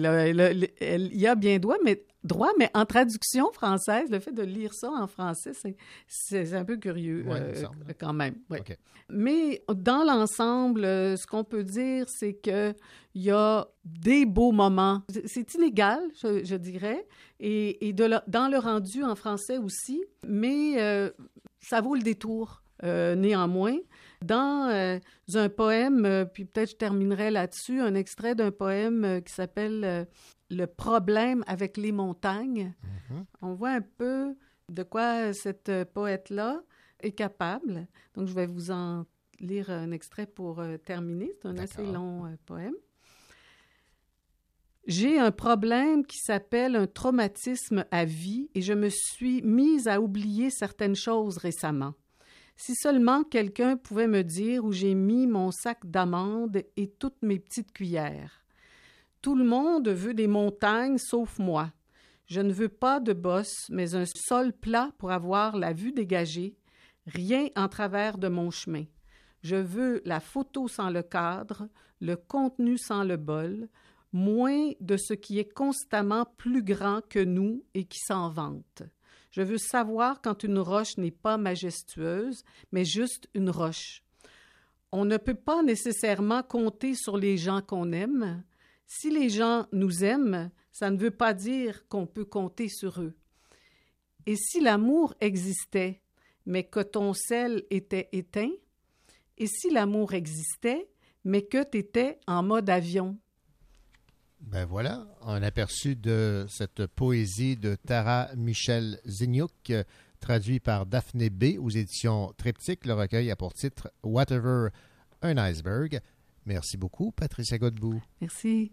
Il y a bien droit, mais en traduction française, le fait de lire ça en français, c'est un peu curieux quand même. Ouais. Okay. Mais dans l'ensemble, ce qu'on peut dire, c'est qu'il y a des beaux moments. C'est inégal, je dirais, et dans le rendu en français aussi, mais ça vaut le détour. Néanmoins, dans un poème, puis peut-être je terminerai là-dessus, un extrait d'un poème qui s'appelle Le problème avec les montagnes. On voit un peu de quoi cette poète-là est capable. Donc, je vais vous en lire un extrait pour terminer. C'est un assez long poème. J'ai un problème qui s'appelle un traumatisme à vie et je me suis mise à oublier certaines choses récemment. Si seulement quelqu'un pouvait me dire où j'ai mis mon sac d'amandes et toutes mes petites cuillères. Tout le monde veut des montagnes sauf moi. Je ne veux pas de bosse, mais un sol plat pour avoir la vue dégagée, rien en travers de mon chemin. Je veux la photo sans le cadre, le contenu sans le bol, moins de ce qui est constamment plus grand que nous et qui s'en vante. Je veux savoir quand une roche n'est pas majestueuse, mais juste une roche. On ne peut pas nécessairement compter sur les gens qu'on aime. Si les gens nous aiment, ça ne veut pas dire qu'on peut compter sur eux. Et si l'amour existait, mais que ton sel était éteint? Et si l'amour existait, mais que tu étais en mode avion? Ben voilà, un aperçu de cette poésie de Tara Michelle Ziniuk, traduit par Daphné B. aux éditions Triptyque. Le recueil a pour titre « Whatever, un iceberg ». Merci beaucoup, Patricia Godbout. Merci.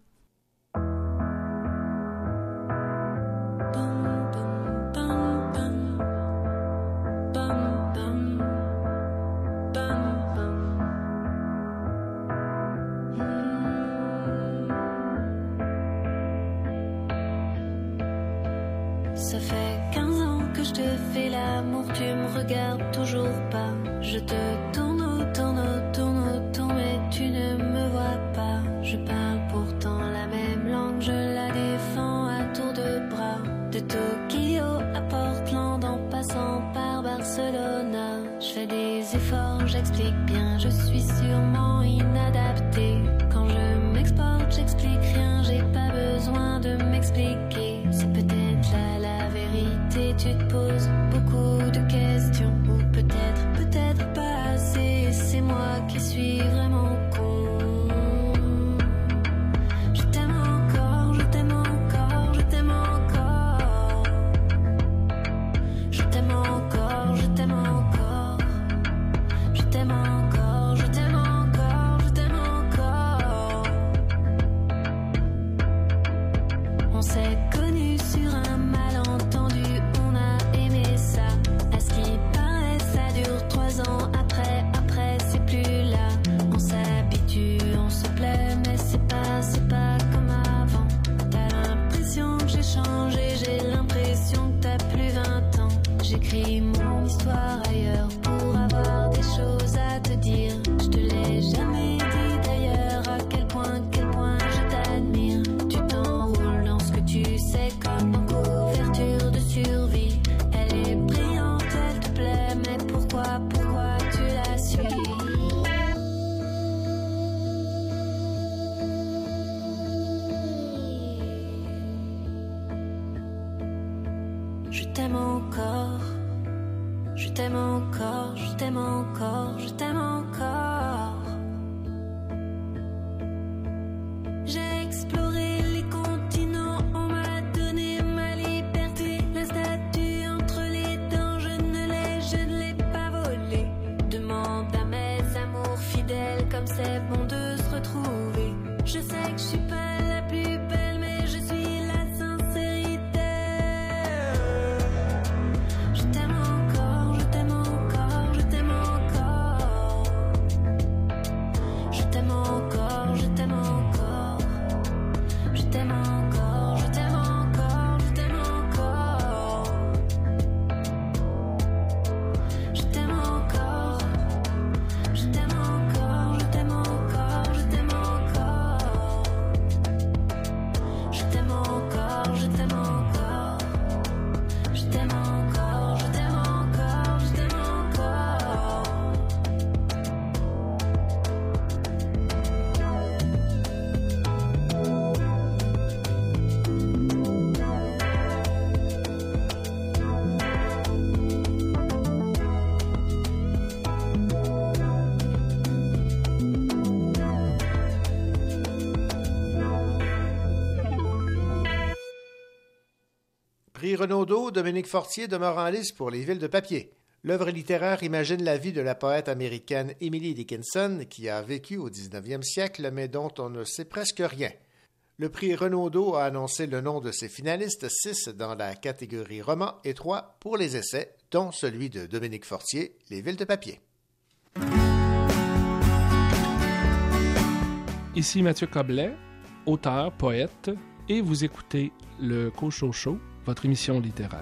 Ça fait 15 ans que je te fais l'amour, tu me regardes toujours pas. Je te tourne autour, mais tu ne me vois pas. Je parle pourtant la même langue, je la défends à tour de bras. De Tokyo à Portland en passant par Barcelona. Je fais des efforts, j'explique bien, je suis sûrement inadaptée. Quand je m'exporte, j'explique rien, j'ai pas besoin de m'expliquer. C'est peut-être là la vérité, tu te poses beaucoup de questions. Ou peut-être pas assez, c'est moi qui suis vraiment con. Je t'aime encore, je t'aime encore, je t'aime encore. Je t'aime encore, je t'aime encore. Je t'aime encore, je t'aime encore, je t'aime encore. On s'est connus sur un malentendu, on a aimé ça. À ce qui paraît, ça dure 3 ans. Après, c'est plus là. On s'habitue, on se plaît, mais c'est pas comme avant. T'as l'impression que j'ai changé, j'ai l'impression que t'as plus 20 ans. J'écris mon histoire ailleurs pour avoir des choses à te dire. Je te l'ai jamais dit d'ailleurs, à quel point je t'admire. Tu t'enroules dans ce que tu sais comme en couverture de survie. Elle est brillante, elle te plaît, mais pourquoi tu la suis? Je t'aime encore, je t'aime encore, je t'aime encore, je t'aime encore. J'ai exploré les continents, on m'a donné ma liberté. La statue entre les dents, je ne l'ai pas volée. Demande à mes amours fidèles comme c'est bon de se retrouver. Je sais que je suis pas la plus belle, mais je suis la sincérité. Je t'aime encore, je t'aime encore, je t'aime encore. Je t'aime encore, je t'aime encore. Je t'aime encore, je t'aime encore, je t'aime encore. Je t'aime encore, je t'aime encore, je t'aime encore, je t'aime encore. Je t'aime encore, je t'aime encore. Je t'aime encore, je t'aime encore, je t'aime encore. Prix Renaudot, Dominique Fortier demeure en lice pour les villes de papier. L'œuvre littéraire imagine la vie de la poète américaine Emily Dickinson, qui a vécu au 19e siècle, mais dont on ne sait presque rien. Le prix Renaudot a annoncé le nom de ses finalistes, 6 dans la catégorie roman et 3 pour les essais, dont celui de Dominique Fortier, Les Villes de papier. Ici Mathieu Coblet, auteur, poète, et vous écoutez le Cochocho, votre émission littéraire.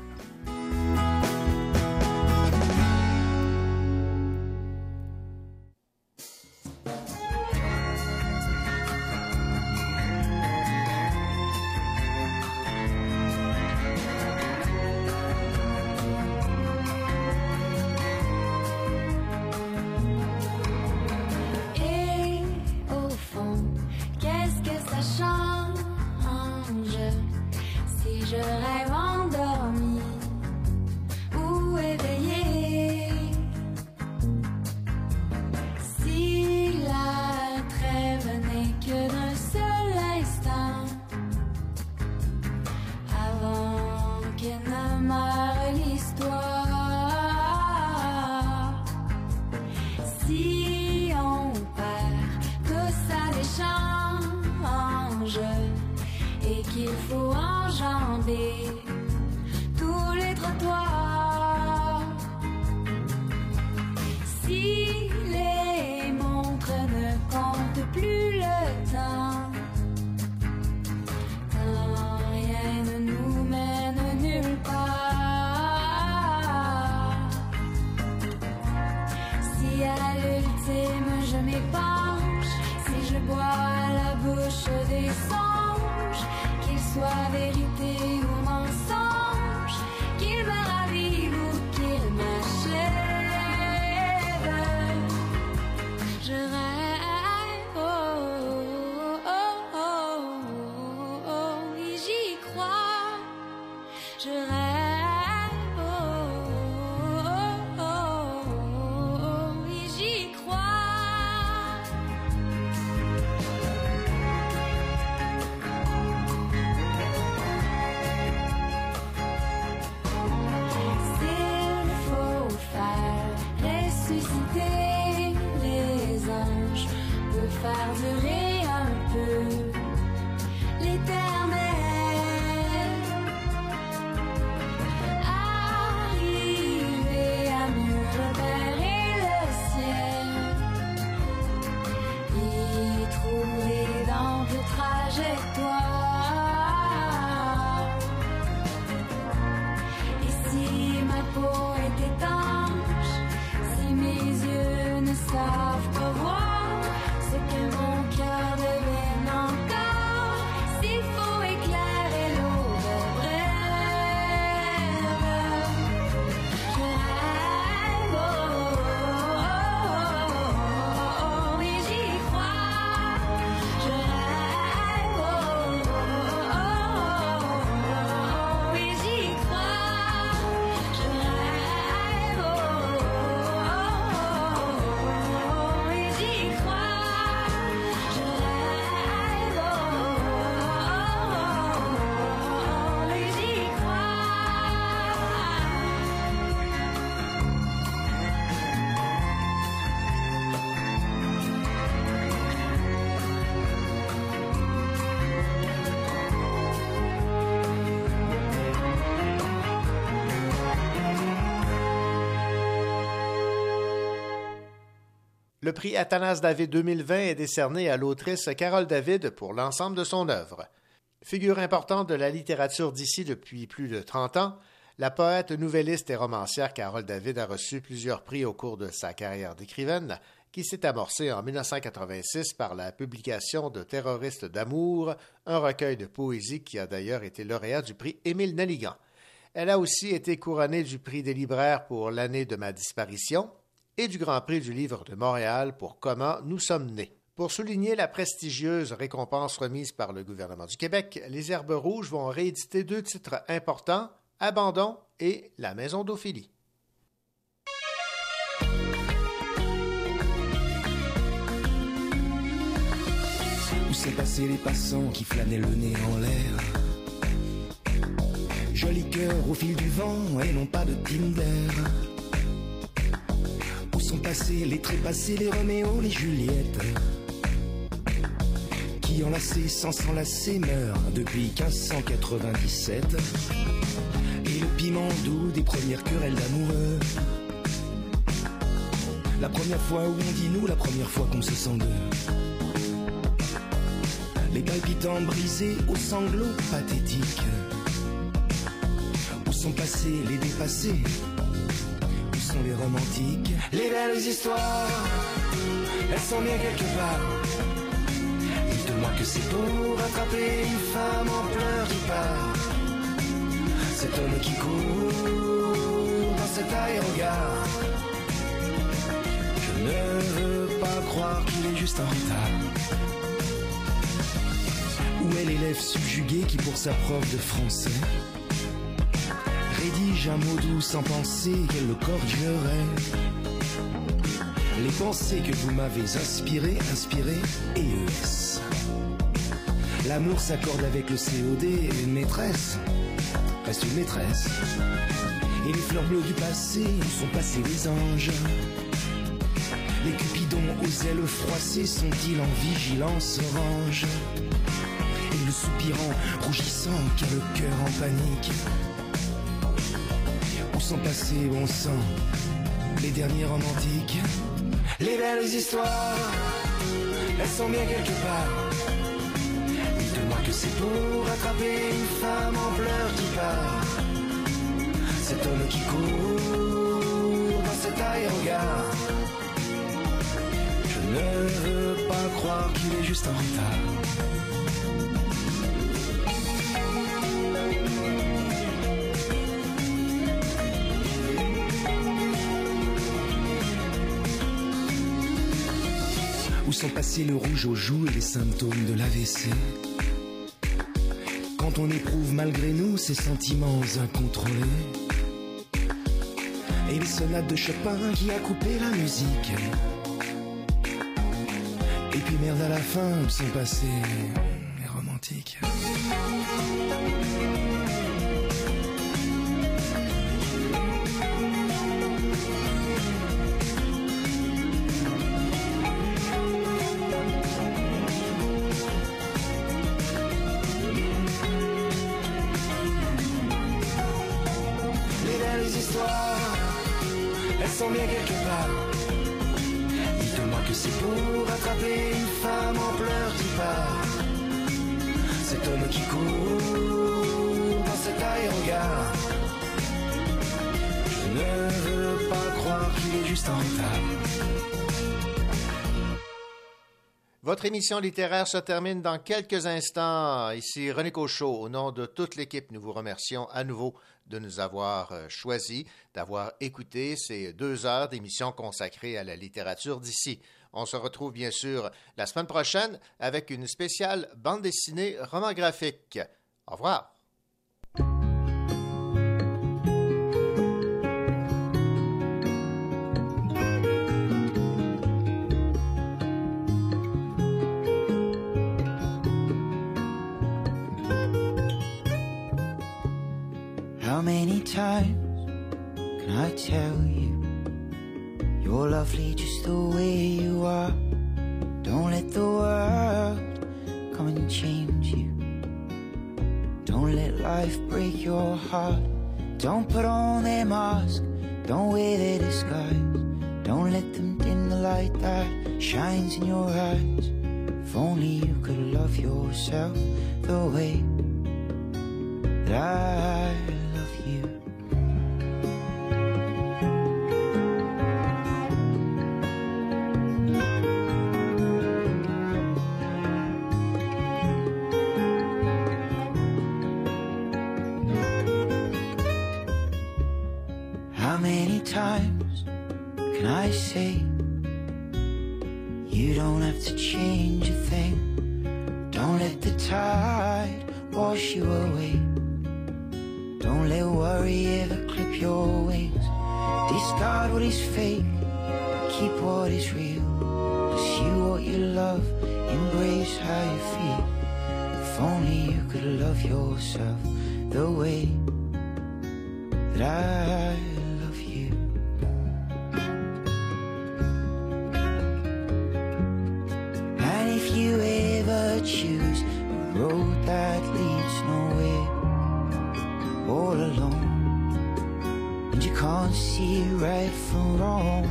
Le prix Athanase David 2020 est décerné à l'autrice Carole David pour l'ensemble de son œuvre. Figure importante de la littérature d'ici depuis plus de 30 ans, la poète, nouvelliste et romancière Carole David a reçu plusieurs prix au cours de sa carrière d'écrivaine, qui s'est amorcée en 1986 par la publication de Terroristes d'amour, un recueil de poésie qui a d'ailleurs été lauréat du prix Émile Nalligan. Elle a aussi été couronnée du prix des libraires pour l'année de ma disparition et du Grand Prix du livre de Montréal pour Comment nous sommes nés. Pour souligner la prestigieuse récompense remise par le gouvernement du Québec, les Herbes Rouges vont rééditer 2 titres importants, Abandon et La Maison d'Ophélie. Où s'est passé les passants qui flânaient le nez en l'air? Joli cœur au fil du vent et non pas de Tinder. Sont passés les trépassés, les Roméo, les Juliette, qui qui enlacé sans s'enlacer meurt depuis 1597. Et le piment doux des premières querelles d'amoureux. La première fois où on dit nous, la première fois qu'on se sent deux. Les palpitants brisés aux sanglots pathétiques. Où sont passés les dépassés? Où sont les romantiques? Les belles histoires, elles sont bien quelque part. Dites-moi que c'est pour attraper une femme en pleurs qui part. Cet homme qui court dans cet aérogare. Je ne veux pas croire qu'il est juste en retard. Où est l'élève subjugué qui pour sa prof de français rédige un mot doux sans penser qu'elle le cordigerait. Les pensées que vous m'avez inspirées, ES. L'amour s'accorde avec le COD et une maîtresse reste une maîtresse. Et les fleurs bleues du passé, où sont passés les anges? Les cupidons aux ailes froissées sont-ils en vigilance orange? Et le soupirant rougissant qui a le cœur en panique. Où sont passés, bon sang, les derniers romantiques? Les belles histoires, elles sont bien quelque part. Dites-moi que c'est pour attraper une femme en pleurs qui part. Cet homme qui court dans cet aérogare. Je ne veux pas croire qu'il est juste en retard. Où sont passés le rouge aux joues et les symptômes de l'AVC? Quand on éprouve malgré nous ces sentiments incontrôlés. Et les sonates de Chopin qui a coupé la musique. Et puis merde à la fin, où sont passés les romantiques? Elles sont bien quelque part. Dites-moi que c'est pour attraper une femme en pleurs qui part. Cet homme qui court dans cet aérogare. Je ne veux pas croire qu'il est juste en retard. Votre émission littéraire se termine dans quelques instants. Ici René Cochot. Au nom de toute l'équipe, nous vous remercions à nouveau de nous avoir choisis, d'avoir écouté ces 2 heures d'émission consacrée à la littérature d'ici. On se retrouve bien sûr la semaine prochaine avec une spéciale bande dessinée roman graphique. Au revoir. How many times can I tell you you're lovely just the way you are? Don't let the world come and change you. Don't let life break your heart. Don't put on their mask, don't wear their disguise. Don't let them dim the light that shines in your eyes. If only you could love yourself the way that I love you. How many times can I say you don't have to change a thing? Don't let the tide wash you away. Don't let worry ever clip your wings. Discard what is fake, keep what is real. Pursue what you love, embrace how you feel. If only you could love yourself the way that I love you. And if you ever choose road that leads nowhere, all alone, and you can't see right from wrong.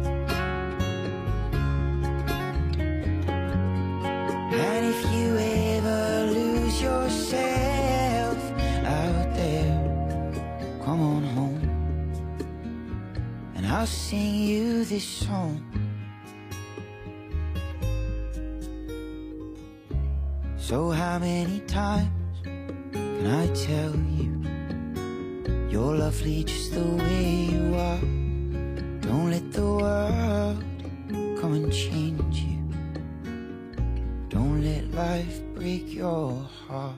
And if you ever lose yourself out there, come on home, and I'll sing you this song. So how many times can I tell you you're lovely just the way you are? Don't let the world come and change you. Don't let life break your heart.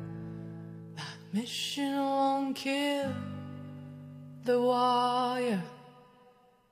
Mission won't kill the wire.